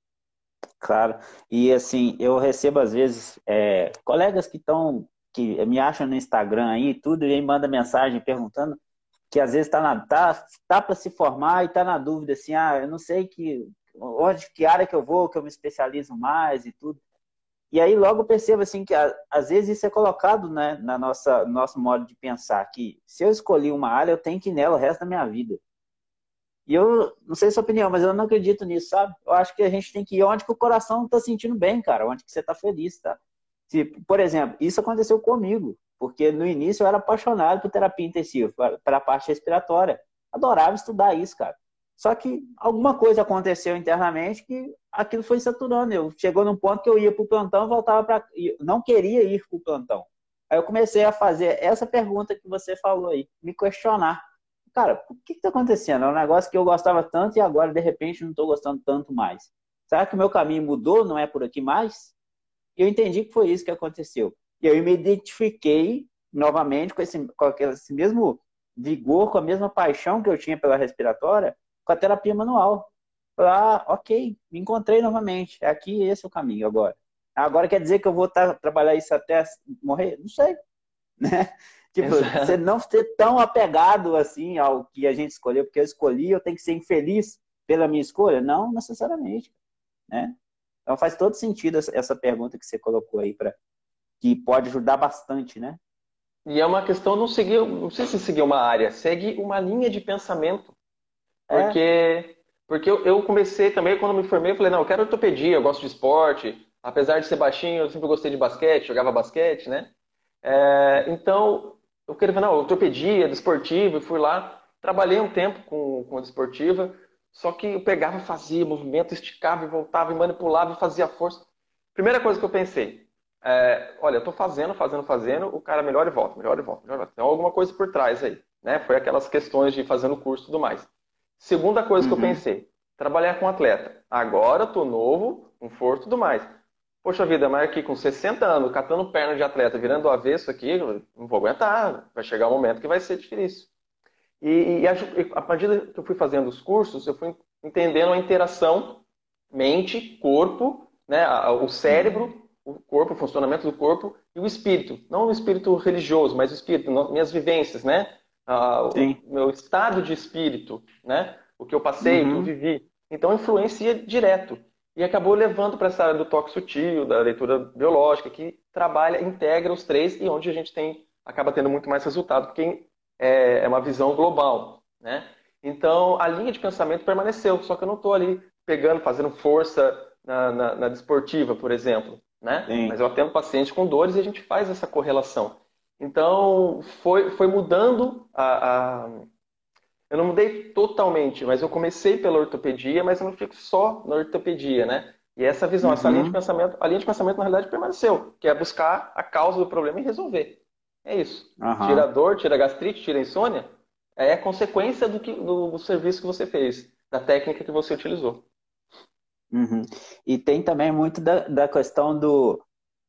Claro. E assim, eu recebo às vezes é, colegas que estão, que me acham no Instagram aí e tudo, e aí manda mensagem perguntando que às vezes está na, tá, tá para se formar e está na dúvida assim, ah, eu não sei que onde, que área que eu vou, que eu me especializo mais e tudo. E aí logo eu percebo assim que a- às vezes isso é colocado, né, na nossa no nosso modo de pensar que se eu escolhi uma área, eu tenho que ir nela o resto da minha vida. E eu não sei a sua opinião, mas eu não acredito nisso, sabe? Eu acho que a gente tem que ir onde que o coração está sentindo bem, cara, onde que você está feliz, tá? Tipo, por exemplo, isso aconteceu comigo, porque no início eu era apaixonado por terapia intensiva, para a parte respiratória. Adorava estudar isso, cara. Só que alguma coisa aconteceu internamente que aquilo foi saturando. Eu chegou num ponto que eu ia para o plantão e voltava para. Não queria ir para o plantão. Aí eu comecei a fazer essa pergunta que você falou aí, me questionar. Cara, o que está acontecendo? É um negócio que eu gostava tanto e agora, de repente, não estou gostando tanto mais. Será que o meu caminho mudou? Não é por aqui mais? E eu entendi que foi isso que aconteceu. E eu me identifiquei novamente com esse, com aquele, esse mesmo vigor, com a mesma paixão que eu tinha pela respiratória, com a terapia manual. Falei, ah, ok, me encontrei novamente. É aqui, esse é o caminho agora. Agora quer dizer que eu vou tá, trabalhar isso até morrer? Não sei, né? Tipo, você Exato. não ser tão apegado assim ao que a gente escolheu, porque eu escolhi, eu tenho que ser infeliz pela minha escolha? Não necessariamente, né? Então faz todo sentido essa pergunta que você colocou aí, para que pode ajudar bastante, né? E é uma questão não seguir, não sei se seguir uma área, segue uma linha de pensamento. É, Porque, Porque eu, eu comecei também, quando me formei, eu falei, não, eu quero ortopedia, eu gosto de esporte. Apesar de ser baixinho, eu sempre gostei de basquete, jogava basquete, né? É, então, eu queria ver, não, ortopedia, desportivo, e fui lá. Trabalhei um tempo com, com a desportiva, só que eu pegava e fazia movimento, esticava e voltava, e manipulava e fazia força. Primeira coisa que eu pensei, é, olha, eu tô fazendo, fazendo, fazendo, o cara melhora e volta, melhora e volta, melhora e volta. Tem alguma coisa por trás aí, né? Foi aquelas questões de fazendo curso e tudo mais. Segunda coisa que eu Uhum. pensei, trabalhar com atleta. Agora eu tô novo, com força e tudo mais. Poxa vida, mas aqui com sessenta anos, catando perna de atleta, virando do avesso aqui, eu não vou aguentar. Vai chegar um momento que vai ser difícil. E, e a, a medida que eu fui fazendo os cursos, eu fui entendendo a interação mente-corpo, né, o cérebro, o corpo, o funcionamento do corpo e o espírito. Não o espírito religioso, mas o espírito, minhas vivências, né? Ah, o Sim. meu estado de espírito, né? O que eu passei, o que eu Uhum. vivi. Então influencia direto. E acabou levando para essa área do toque sutil, da leitura biológica, que trabalha, integra os três e onde a gente tem, acaba tendo muito mais resultado, porque é, é uma visão global, né? Então, a linha de pensamento permaneceu, só que eu não estou ali pegando, fazendo força na, na, na desportiva, por exemplo, né? Mas Sim. eu atendo paciente com dores e a gente faz essa correlação. Então, foi, foi mudando a, a... Eu não mudei totalmente, mas eu comecei pela ortopedia, mas eu não fico só na ortopedia, né? E essa visão, essa linha de Uhum. pensamento, a linha de pensamento na realidade permaneceu, que é buscar a causa do problema e resolver. É isso. Tira a Aham. dor, tira a gastrite, tira a insônia, é consequência do, que, do, do serviço que você fez, da técnica que você utilizou. Uhum. E tem também muito da, da questão do.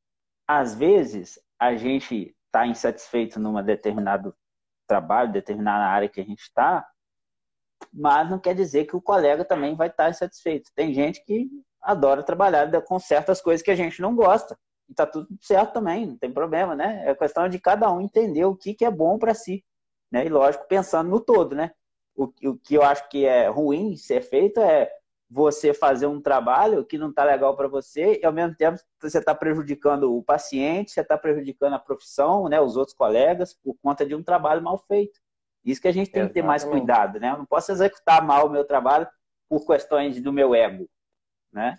Às vezes, a gente está insatisfeito numa determinado trabalho, determinada área que a gente está, mas não quer dizer que o colega também vai estar insatisfeito. Tem gente que adora trabalhar com certas coisas que a gente não gosta. E tá tudo certo também, não tem problema, né? É questão de cada um entender o que, que é bom para si, né? E lógico, pensando no todo, né? O, o que eu acho que é ruim ser feito é você fazer um trabalho que não está legal para você e ao mesmo tempo você está prejudicando o paciente, você está prejudicando a profissão, né? Os outros colegas por conta de um trabalho mal feito. Isso que a gente tem que ter mais Exatamente. cuidado, né? Eu não posso executar mal o meu trabalho por questões do meu ego, né?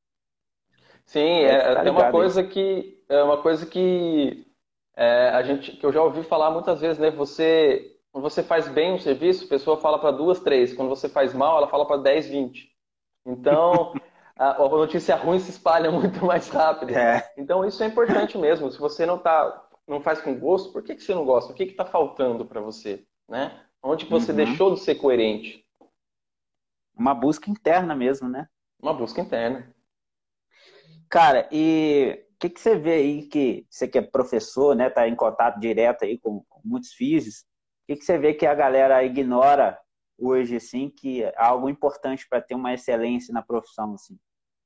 Sim, Deve é, ficar é uma ligado aí. coisa que é uma coisa que é, a gente que eu já ouvi falar muitas vezes, né? Você quando você faz bem um serviço, a pessoa fala para duas, três. Quando você faz mal, ela fala para dez, vinte. Então, a, a notícia ruim se espalha muito mais rápido. É. Então, isso é importante mesmo. Se você não tá, não faz com gosto, por que que você não gosta? O que que está faltando para você, né? Onde que você Uhum. deixou de ser coerente? Uma busca interna mesmo, né? Uma busca interna. Cara, e o que, que você vê aí que você que é professor, né? Tá em contato direto aí com, com muitos físicos. O que, que você vê que a galera ignora hoje, assim, que é algo importante para ter uma excelência na profissão, assim?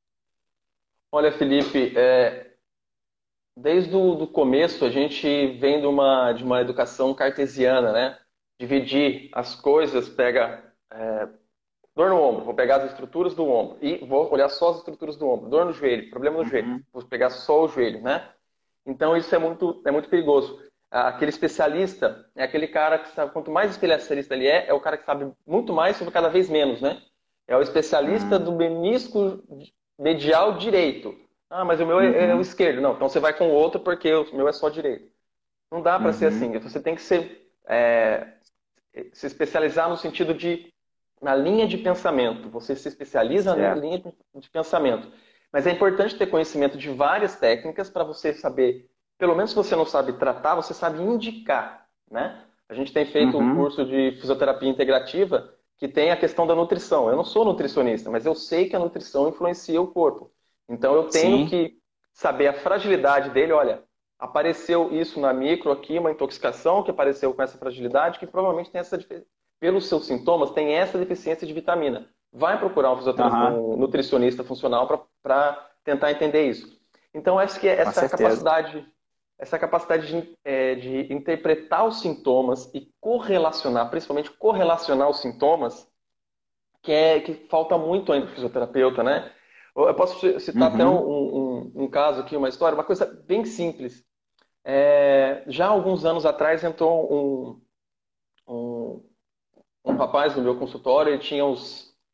Olha, Felipe, é, desde o do começo a gente vem de uma, de uma educação cartesiana, né? Dividir as coisas, pega dor no ombro, vou pegar as estruturas do ombro e vou olhar só as estruturas do ombro. Dor no joelho, problema no joelho, Uhum. vou pegar só o joelho, né? Então isso é muito, é muito perigoso. Aquele especialista é aquele cara que sabe, quanto mais especialista ele é, é o cara que sabe muito mais sobre cada vez menos, né? É o especialista Uhum. do menisco medial direito. Ah, mas o meu é, é o Uhum. esquerdo. Não, então você vai com o outro porque o meu é só direito. Não dá para ser Uhum. assim. Você tem que ser, é, se especializar no sentido de na linha de pensamento. Você se especializa na Certo. linha de pensamento. Mas é importante ter conhecimento de várias técnicas para você saber, pelo menos se você não sabe tratar, você sabe indicar, né? A gente tem feito um Uhum. curso de fisioterapia integrativa que tem a questão da nutrição. Eu não sou nutricionista, mas eu sei que a nutrição influencia o corpo. Então eu tenho Sim. que saber a fragilidade dele. Olha, apareceu isso na micro aqui, uma intoxicação que apareceu com essa fragilidade, que provavelmente tem essa pelos seus sintomas, tem essa deficiência de vitamina. Vai procurar um, fisiotera- Aham. um nutricionista funcional para tentar entender isso. Então, acho que Com essa certeza. capacidade, essa capacidade de, é, de interpretar os sintomas e correlacionar, principalmente correlacionar os sintomas, que é que falta muito ainda para o fisioterapeuta, né? Eu posso citar até um, Uhum. um, um caso aqui, uma história, uma coisa bem simples. É, já há alguns anos atrás entrou um, um, um rapaz no meu consultório, ele tinha uns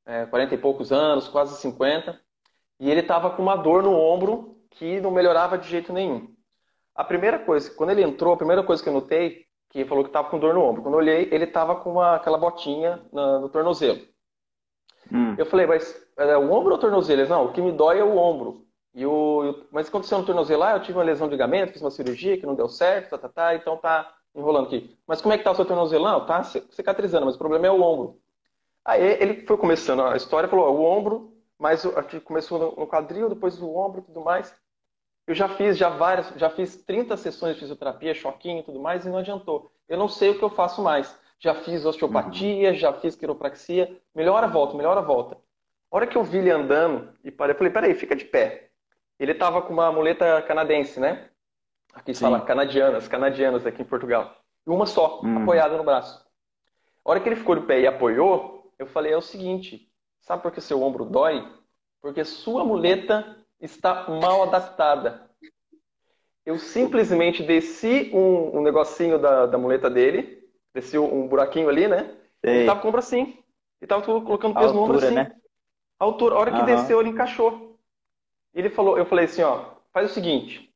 é, quarenta e poucos anos, quase cinquenta, e ele estava com uma dor no ombro que não melhorava de jeito nenhum. A primeira coisa, quando ele entrou, a primeira coisa que eu notei, que ele falou que estava com dor no ombro. Quando eu olhei, ele estava com uma, aquela botinha na- no tornozelo. Hum, Eu falei, mas é o ombro ou o tornozelo? Ele, não, o que me dói é o ombro. E o, e o- mas o que aconteceu no tornozelo? Ah, eu tive uma lesão de ligamento, fiz uma cirurgia que não deu certo, tá, tá, tá, então tá enrolando aqui. Mas como é que tá o seu tornozelo? Não, tá cicatrizando, mas o problema é o ombro. Aí ele foi começando a história, falou, ó, o ombro, mas o- aqui começou no no quadril, depois o ombro e tudo mais. Eu já fiz já várias, já fiz trinta sessões de fisioterapia, choquinho e tudo mais, e não adiantou. Eu não sei o que eu faço mais. Já fiz uhum. osteopatia, já fiz quiropraxia, melhora, volta, melhora, volta. A hora que eu vi ele andando e parei, eu falei, peraí, fica de pé. Ele tava com uma muleta canadense, né? Aqui se fala Sim. canadianas, canadianas aqui em Portugal. E uma só, Hum. apoiada no braço. A hora que ele ficou de pé e apoiou, eu falei, é o seguinte, sabe por que seu ombro dói? Porque sua muleta está mal adaptada. Eu simplesmente desci um, um negocinho da, da muleta dele, desci um buraquinho ali, né? Ele tava Sei. com o ombro assim. Ele tava colocando A peso no ombro altura, assim. né? A altura, a hora que Aham. desceu, ele encaixou. E ele falou, eu falei assim, ó, faz o seguinte,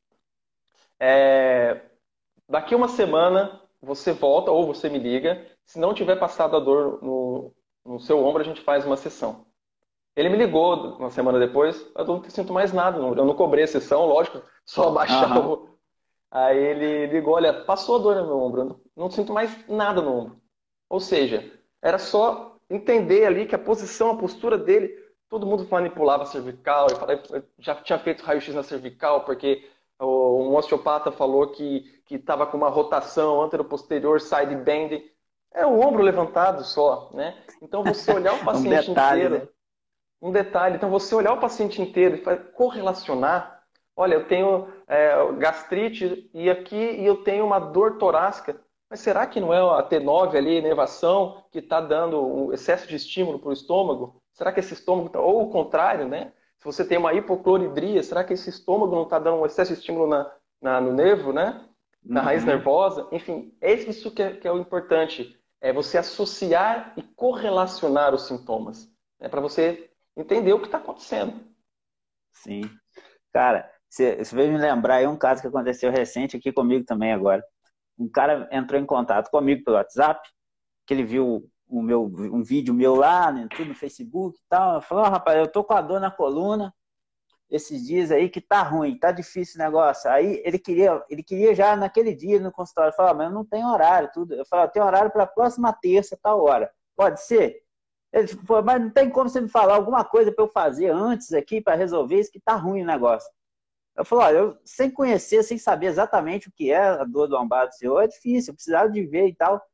é, daqui uma semana você volta ou você me liga. Se não tiver passado a dor no, no seu ombro, a gente faz uma sessão. Ele me ligou uma semana depois, eu não sinto mais nada, eu não cobrei a sessão, lógico, só abaixar Aham. o, Aí ele ligou, olha, passou a dor no meu ombro, eu não não sinto mais nada no ombro. Ou seja, era só entender ali que a posição, a postura dele, todo mundo manipulava a cervical, eu falei- eu já tinha feito raio-x na cervical, porque o- um osteopata falou que que estava com uma rotação anteroposterior, side bending. É o ombro levantado só, né? Então você olhar o Um paciente detalhe, inteiro né? um detalhe, então você olhar o paciente inteiro e fa- correlacionar, olha, eu tenho é, gastrite e aqui e eu tenho uma dor torácica, mas será que não é a T nove ali, inervação, que está dando um excesso de estímulo para o estômago? Será que esse estômago, tá... ou o contrário, né? Se você tem uma hipocloridria, será que esse estômago não está dando um excesso de estímulo na, na- no nervo, né? Na raiz Uhum. nervosa? Enfim, é isso que é, que é o importante, é você associar e correlacionar os sintomas, né? Para você entender o que está acontecendo. Sim. Cara, você você veio me lembrar aí um caso que aconteceu recente aqui comigo também agora. Um cara entrou em contato comigo pelo WhatsApp, que ele viu o meu, um vídeo meu lá, né, tudo no Facebook e tal. Falou, oh, rapaz, eu tô com a dor na coluna esses dias aí que tá ruim, tá difícil o negócio. Aí ele queria, ele queria já naquele dia no consultório, falar, mas eu não tenho horário, tudo. Eu falei, tem horário para a próxima terça, tal hora. Pode ser? Ele falou, mas não tem como você me falar alguma coisa para eu fazer antes aqui para resolver isso que tá ruim o negócio. Eu falei, olha, eu, sem conhecer, sem saber exatamente o que é a dor do lombar do senhor, é difícil, eu precisava de ver e tal.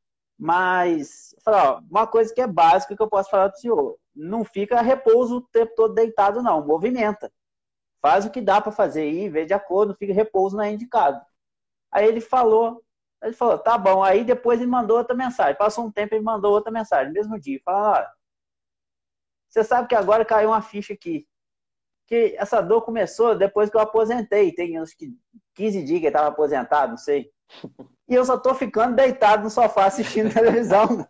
Mas, eu falei, ó, uma coisa que é básica que eu posso falar do senhor, não fica a repouso o tempo todo deitado, não, movimenta. Faz o que dá para fazer aí, vê de acordo, não fica repouso não é indicado. Aí ele falou, ele falou, tá bom. Aí depois ele mandou outra mensagem. Passou um tempo, ele mandou outra mensagem, no mesmo dia. Falando, ó, você sabe que agora caiu uma ficha aqui. Que essa dor começou depois que eu aposentei. Tem uns que quinze dias que ele estava aposentado, não sei. E eu só tô ficando deitado no sofá assistindo televisão.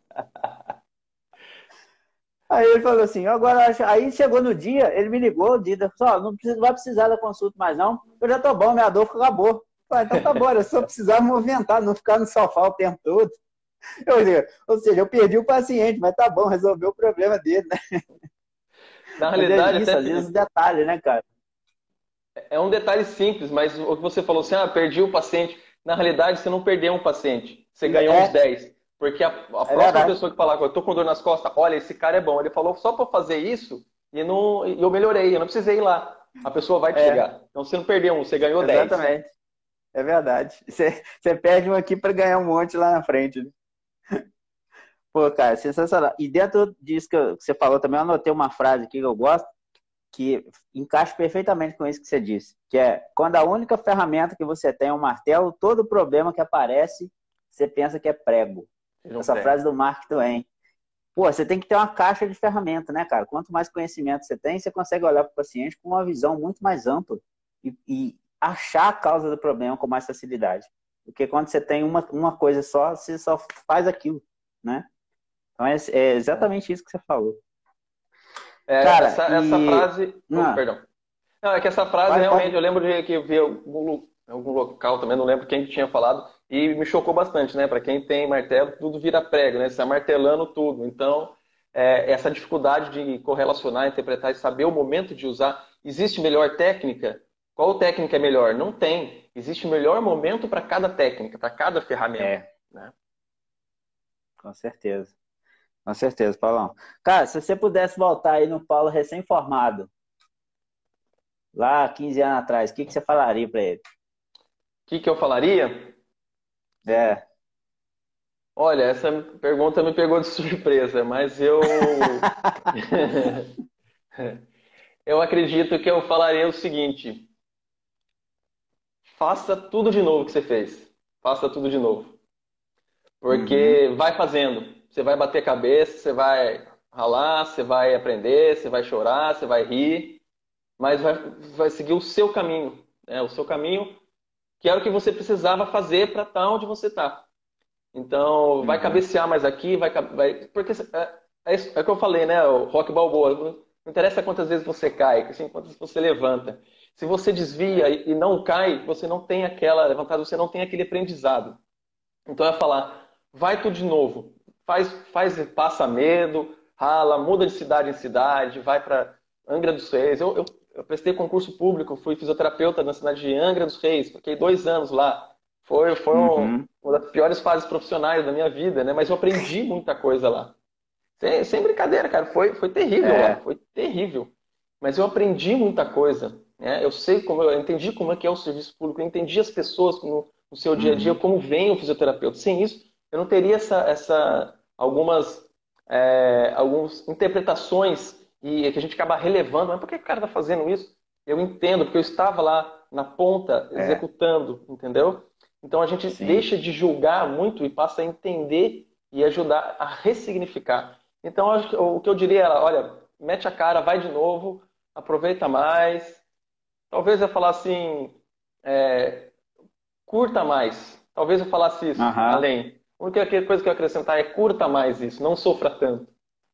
Aí ele falou assim, agora, aí chegou no dia, ele me ligou, o dia, falou, não, precisa, não vai precisar da consulta mais não, eu já tô bom, minha dor acabou. Falei, então tá bom, eu só precisar movimentar, não ficar no sofá o tempo todo. Eu, ou seja, eu perdi o paciente, mas tá bom, resolveu o problema dele, né? Na Mas é realidade, isso, até, às vezes Felipe, detalhe, né, cara? é um detalhe simples, mas o que você falou assim, ah, perdi o paciente. Na realidade, você não perdeu um paciente, você ganhou uns É, dez. Porque a, a é próxima verdade. pessoa que falar, eu tô com dor nas costas, olha, esse cara é bom. Ele falou só para fazer isso e, não, e eu melhorei, eu não precisei ir lá. A pessoa vai te É, ligar. Então você não perdeu um, você ganhou dez. exatamente. É verdade. Você, você perde um aqui para ganhar um monte lá na frente, né? Pô, cara, sensacional. E dentro disso que você falou também, eu anotei uma frase aqui que eu gosto, que encaixa perfeitamente com isso que você disse, que é, quando a única ferramenta que você tem é um martelo, todo problema que aparece, você pensa que é prego. Seja um Essa prego. frase do Mark Twain. Pô, você tem que ter uma caixa de ferramenta, né, cara? Quanto mais conhecimento você tem, você consegue olhar para o paciente com uma visão muito mais ampla e, e achar a causa do problema com mais facilidade. Porque quando você tem uma, uma coisa só, você só faz aquilo, né? Então é, é É. exatamente isso que você falou. É, Cara, essa, essa e. frase. Oh, Não, perdão. Não, é que essa frase pode, realmente, pode. eu lembro de que eu vi algum, lu- algum local também, não lembro quem que tinha falado, e me chocou bastante, né? Para quem tem martelo, tudo vira prego, né? Você está martelando tudo. Então, é, essa dificuldade de correlacionar, interpretar e saber o momento de usar. Existe melhor técnica? Qual técnica é melhor? Não tem. Existe melhor momento para cada técnica, para cada ferramenta, É, né? com certeza. Com certeza, Paulão. Cara, se você pudesse voltar aí no Paulo recém-formado, lá quinze anos atrás, o que, que você falaria pra ele? O que que eu falaria? É. Olha, essa pergunta me pegou de surpresa, mas eu eu acredito que eu falaria o seguinte: faça tudo de novo que você fez. Faça tudo de novo. Uhum, Porque vai fazendo. Você vai bater cabeça, você vai ralar, você vai aprender, você vai chorar, você vai rir, mas vai, vai seguir o seu caminho, né? O seu caminho, que era o que você precisava fazer para estar onde você está. Então, vai uhum. cabecear mais aqui, vai, cab- vai porque é, é, isso- é o que eu falei, né? O Rock Balboa. Não interessa quantas vezes você cai, assim, quantas vezes você levanta. Se você desvia É. e, e não cai, você não tem aquela levantada, você não tem aquele aprendizado. Então, eu ia falar, vai tudo de novo. Faz, faz, passa medo, rala, muda de cidade em cidade, vai para Angra dos Reis. Eu, eu, eu prestei concurso público, fui fisioterapeuta na cidade de Angra dos Reis, fiquei dois anos lá. Foi, foi um- Uhum, uma das piores fases profissionais da minha vida, né? Mas eu aprendi muita coisa lá. Sem, sem brincadeira, cara, foi, foi terrível lá, é. foi terrível. Mas eu aprendi muita coisa, né? Eu sei como, eu entendi como é que é o serviço público, eu entendi as pessoas no, no seu dia a dia, Uhum, como vem o fisioterapeuta. Sem isso, eu não teria essa, essa algumas, é, algumas interpretações e que a gente acaba relevando. Mas por que o cara está fazendo isso? Eu entendo, porque eu estava lá na ponta, é. executando, entendeu? Então a gente Sim. deixa de julgar muito e passa a entender e ajudar a ressignificar. Então, acho que o que eu diria era, olha, mete a cara, vai de novo, aproveita mais. Talvez eu falasse assim, é, curta mais. Talvez eu falasse isso, Aham. além. A única coisa que eu acrescentar é curta mais isso, não sofra tanto.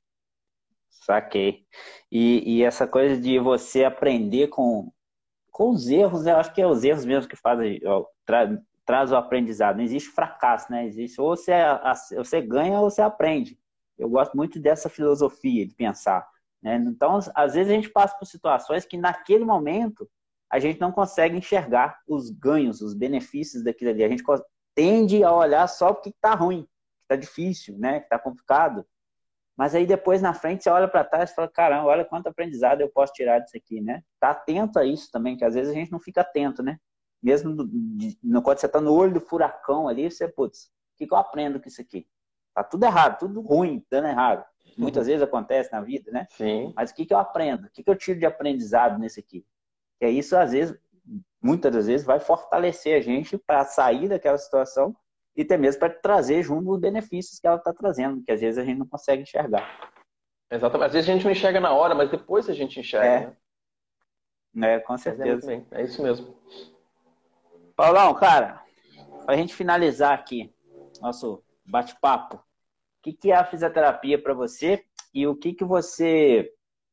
Saquei. E, e essa coisa de você aprender com, com os erros, né? Eu acho que é os erros mesmo que fazem, ó, tra, traz o aprendizado. Não existe fracasso, né? Existe ou você, a- você ganha ou você aprende. Eu gosto muito dessa filosofia de pensar, né? Então, às vezes a gente passa por situações que naquele momento a gente não consegue enxergar os ganhos, os benefícios daquilo ali. A gente tende a olhar só o que está ruim, que está difícil, né? Que está complicado. Mas aí depois na frente você olha para trás e fala, caramba, olha quanto aprendizado eu posso tirar disso aqui, né? Tá atento a isso também, que às vezes a gente não fica atento, né? Mesmo do, de, no, quando você tá no olho do furacão ali, você, putz, o que, que eu aprendo com isso aqui? Tá tudo errado, tudo ruim, dando errado. Muitas vezes acontece na vida, né? Sim, Mas o que, que eu aprendo? O que, que eu tiro de aprendizado nesse aqui? E é isso, às vezes, muitas das vezes, vai fortalecer a gente para sair daquela situação e até mesmo para trazer junto os benefícios que ela está trazendo, que às vezes a gente não consegue enxergar. exatamente. Às vezes a gente não enxerga na hora, mas depois a gente enxerga, É, né? né, com Mas é muito certeza. bem, é isso mesmo. Paulão, cara, para a gente finalizar aqui nosso bate-papo, o que, que é a fisioterapia para você e o que, que você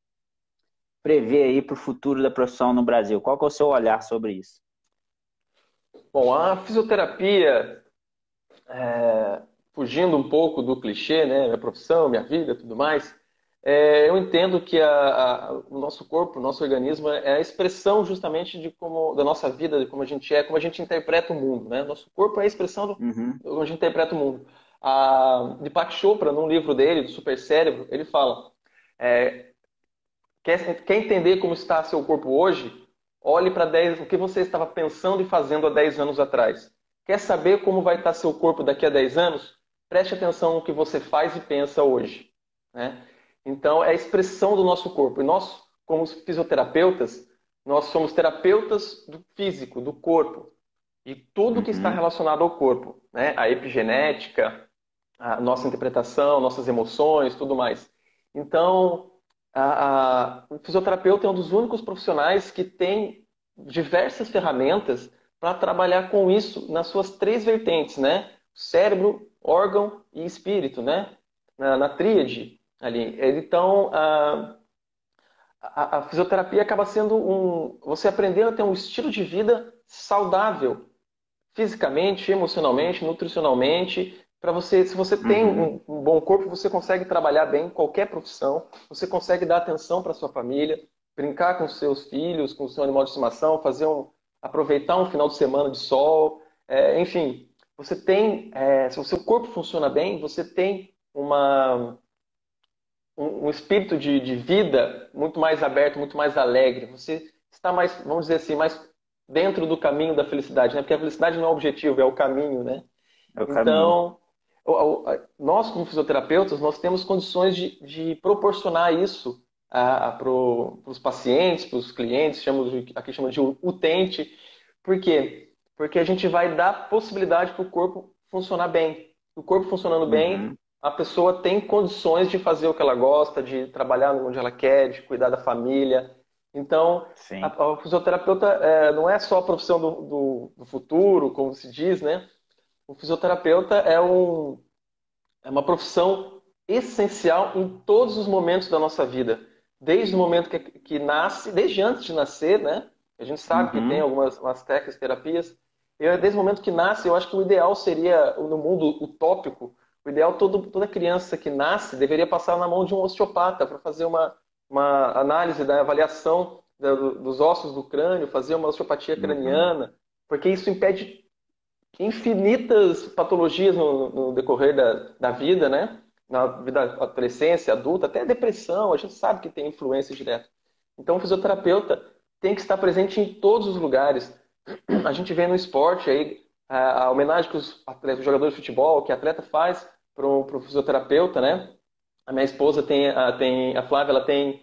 prevê aí para o futuro da profissão no Brasil? Qual que é o seu olhar sobre isso? Bom, a fisioterapia, é, fugindo um pouco do clichê, né? Minha profissão, minha vida, tudo mais. É, eu entendo que a- a- o nosso corpo, o nosso organismo é a expressão justamente de como da nossa vida, de como a gente é, como a gente interpreta o mundo, né? Nosso corpo é a expressão do, Uhum, de como a gente interpreta o mundo. A, Deepak Chopra, num livro dele, do Super Cérebro, ele fala: é, quer, quer entender como está seu corpo hoje? Olhe para dez, o que você estava pensando e fazendo há dez anos atrás. Quer saber como vai estar seu corpo daqui a dez anos? Preste atenção no que você faz e pensa hoje, né? Então, é a expressão do nosso corpo. E nós, como fisioterapeutas, nós somos terapeutas do físico, do corpo. E tudo que está uhum, relacionado ao corpo, né? A epigenética, a nossa interpretação, nossas emoções, tudo mais. Então, a, a, o fisioterapeuta é um dos únicos profissionais que tem diversas ferramentas para trabalhar com isso nas suas três vertentes, né? Cérebro, órgão e espírito, né? Na, na tríade ali. Então, a, a, a fisioterapia acaba sendo um, você aprendendo a ter um estilo de vida saudável, fisicamente, emocionalmente, nutricionalmente, para você, se você tem Uhum. um, um bom corpo, você consegue trabalhar bem em qualquer profissão, você consegue dar atenção para sua família, brincar com seus filhos, com o seu animal de estimação, fazer um, aproveitar um final de semana de sol, é, enfim, você tem, é, se o seu corpo funciona bem, você tem uma, um, um espírito de, de vida muito mais aberto, muito mais alegre, você está mais, vamos dizer assim, mais dentro do caminho da felicidade, né? Porque a felicidade não é o objetivo, é o caminho, né? É o caminho. Então, nós, como fisioterapeutas, nós temos condições de, de proporcionar isso para os pacientes, para os clientes, chamamos de, aqui chamamos de utente. Por quê? Porque a gente vai dar possibilidade para o corpo funcionar bem. O corpo funcionando bem, Uhum. a pessoa tem condições de fazer o que ela gosta, de trabalhar onde ela quer, de cuidar da família. Então, a, Sim. a fisioterapeuta é, não é só a profissão do, do, do futuro, como se diz, né? O fisioterapeuta é, um, é uma profissão essencial em todos os momentos da nossa vida. Desde o momento que, que nasce, desde antes de nascer, né? A gente sabe que tem Uhum. algumas umas técnicas, terapias. Eu, desde o momento que nasce, eu acho que o ideal seria, no mundo utópico, o ideal todo, toda criança que nasce deveria passar na mão de um osteopata para fazer uma, uma análise da avaliação da, dos ossos do crânio, fazer uma osteopatia Uhum. craniana, porque isso impede infinitas patologias no, no decorrer da, da vida, né? Na vida adolescência, adulta, até depressão, a gente sabe que tem influência direta. Então, o fisioterapeuta tem que estar presente em todos os lugares. A gente vê no esporte aí a, a homenagem que os, atletas, os jogadores de futebol, que a atleta faz para o fisioterapeuta, né? A minha esposa tem, a, tem, a Flávia, ela tem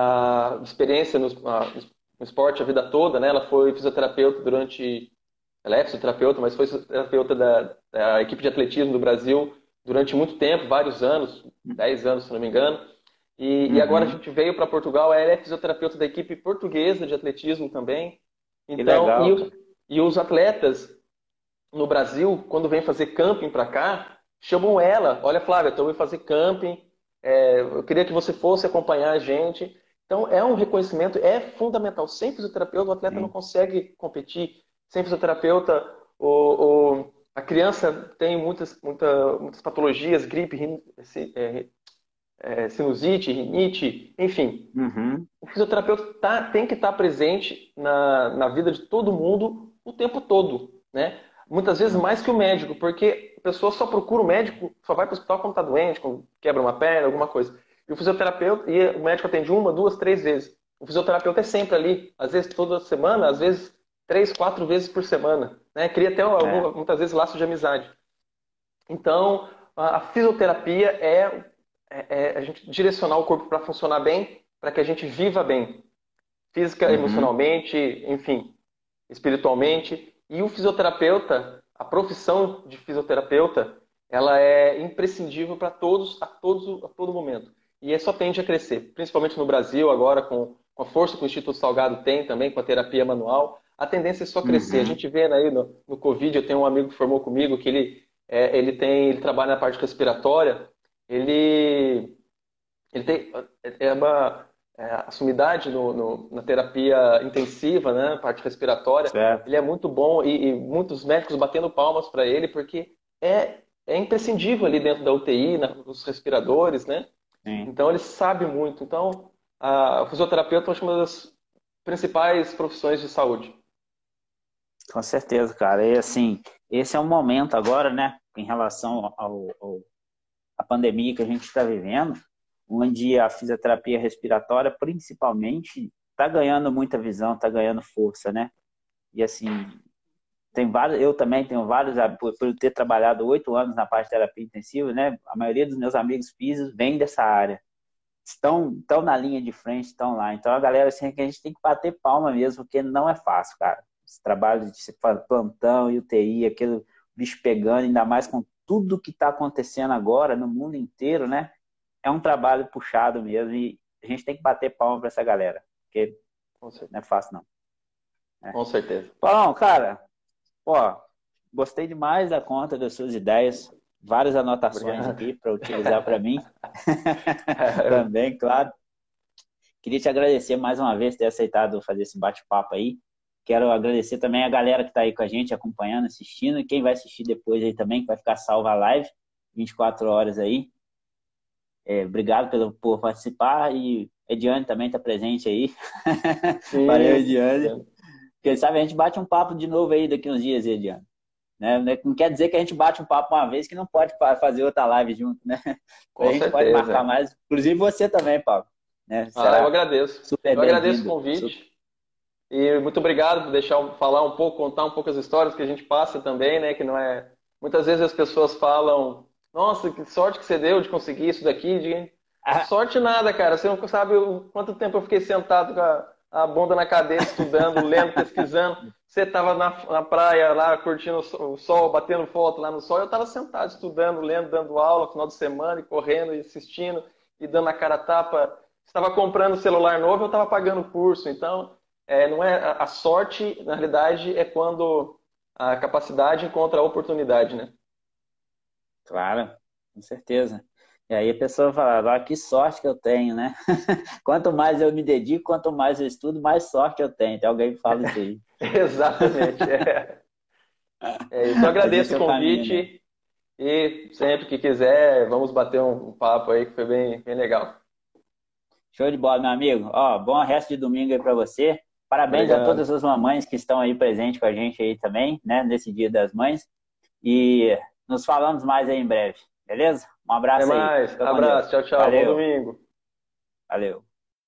a experiência no, a, no esporte a vida toda, né? Ela foi fisioterapeuta durante ela é fisioterapeuta, mas foi fisioterapeuta da, da equipe de atletismo do Brasil durante muito tempo, vários anos, dez anos, se não me engano. E, e agora a Uhum. gente veio para Portugal, ela é fisioterapeuta da equipe portuguesa de atletismo também. Que Então, e, legal, os- cara. e os atletas no Brasil, quando vêm fazer camping para cá, chamam ela. Olha, Flávia, estou indo fazer camping, é, eu queria que você fosse acompanhar a gente. Então, é um reconhecimento, é fundamental. Sem fisioterapeuta, o atleta não Sim. consegue competir. Sem fisioterapeuta, o, o- a criança tem muitas, muita, muitas patologias, gripe, rin- si- é, é, sinusite, rinite, enfim. Uhum. O fisioterapeuta tá- tem que estar presente na, na vida de todo mundo o tempo todo, né? Muitas vezes mais que o médico, porque a pessoa só procura o médico, só vai para o hospital quando está doente, quando quebra uma perna, alguma coisa. E o fisioterapeuta, e o médico atende uma, duas, três vezes. O fisioterapeuta é sempre ali, às vezes toda semana, às vezes três, quatro vezes por semana, né? Cria até É. alguma- muitas vezes laços de amizade. Então, a, a fisioterapia é, é, é a gente direcionar o corpo para funcionar bem, para que a gente viva bem física, Uhum. emocionalmente, enfim, espiritualmente. E o fisioterapeuta, a profissão de fisioterapeuta, ela é imprescindível para todos, a todos, a todo momento. E é só tende a crescer, principalmente no Brasil agora com, com a força que o Instituto Salgado tem também com a terapia manual. A tendência é só crescer. A Uhum. gente vê aí no, no Covid, eu tenho um amigo que formou comigo que ele, é, ele tem, ele trabalha na parte respiratória. Ele ele tem é uma é, a sumidade no, no- na terapia intensiva, né, parte respiratória. Certo. Ele é muito bom e, e muitos médicos batendo palmas para ele porque é, é imprescindível ali dentro da U T I, na, nos respiradores, né? Sim. Então ele sabe muito. Então a, o fisioterapeuta eu acho uma das principais profissões de saúde. Com certeza, cara. E assim, esse é um momento agora, né, em relação ao, ao, à pandemia que a gente está vivendo, onde a fisioterapia respiratória, principalmente, está ganhando muita visão, está ganhando força, né? E assim, tem vários, eu também tenho vários, por, por ter trabalhado oito anos na parte de terapia intensiva, né? A maioria dos meus amigos físicos vem dessa área. Estão, estão na linha de frente, estão lá. Então a galera, assim, que a gente tem que bater palma mesmo, porque não é fácil, cara. Esse trabalho de plantão e U T I, aquele bicho pegando, ainda mais com tudo que está acontecendo agora no mundo inteiro, né? É um trabalho puxado mesmo e a gente tem que bater palma para essa galera, porque Com cer- não é fácil, não. Né? com certeza. Bom, cara, ó, gostei demais da conta das suas ideias, várias anotações Obrigado. aqui para utilizar para mim também, claro. Queria te agradecer mais uma vez por ter aceitado fazer esse bate-papo aí. Quero agradecer também a galera que está aí com a gente, acompanhando, assistindo, e quem vai assistir depois aí também, que vai ficar salva a live, vinte e quatro horas aí. É, obrigado pelo, por participar, e Ediane também está presente aí. Sim, Valeu, Ediane. é. Quem sabe a gente bate um papo de novo aí daqui uns dias, Ediane. Né? Não quer dizer que a gente bate um papo uma vez que não pode fazer outra live junto, né? Com A gente pode marcar certeza. mais. Inclusive você também, Paulo. Né? Ah, Será eu agradeço. super Eu agradeço o bem-vindo. convite. E muito obrigado por deixar eu falar um pouco, contar um pouco as histórias que a gente passa também, né? Que não é. Muitas vezes as pessoas falam, nossa, que sorte que você deu de conseguir isso daqui. De... Ah, Sorte nada, cara. Você não sabe o quanto tempo eu fiquei sentado com a, a bunda na cadeira, estudando, lendo, pesquisando. Você estava na, na praia lá, curtindo o sol, o sol, batendo foto lá no sol. Eu estava sentado, estudando, lendo, dando aula, final de semana, e correndo, e assistindo, e dando a cara a tapa. Estava comprando celular novo, eu estava pagando o curso. Então, é, não é a a sorte, na realidade, é quando a capacidade encontra a oportunidade, né? claro, com certeza. E aí a pessoa fala, ah, que sorte que eu tenho, né? Quanto mais eu me dedico, quanto mais eu estudo, mais sorte eu tenho. Tem alguém que fala isso aí. Exatamente. É. É isso. Eu Mas agradeço esse o é o caminho, né? convite e sempre que quiser, vamos bater um um papo aí que foi bem, bem legal. Show de bola, meu amigo. Ó, bom resto de domingo aí para você. Parabéns a Obrigado. todas as mamães que estão aí presentes com a gente aí também, né? Nesse Dia das Mães. E nos falamos mais aí em breve, beleza? Um Até abraço aí. mais. Fica com Abraço. Deus. Tchau, tchau. Bom Valeu. domingo. Valeu.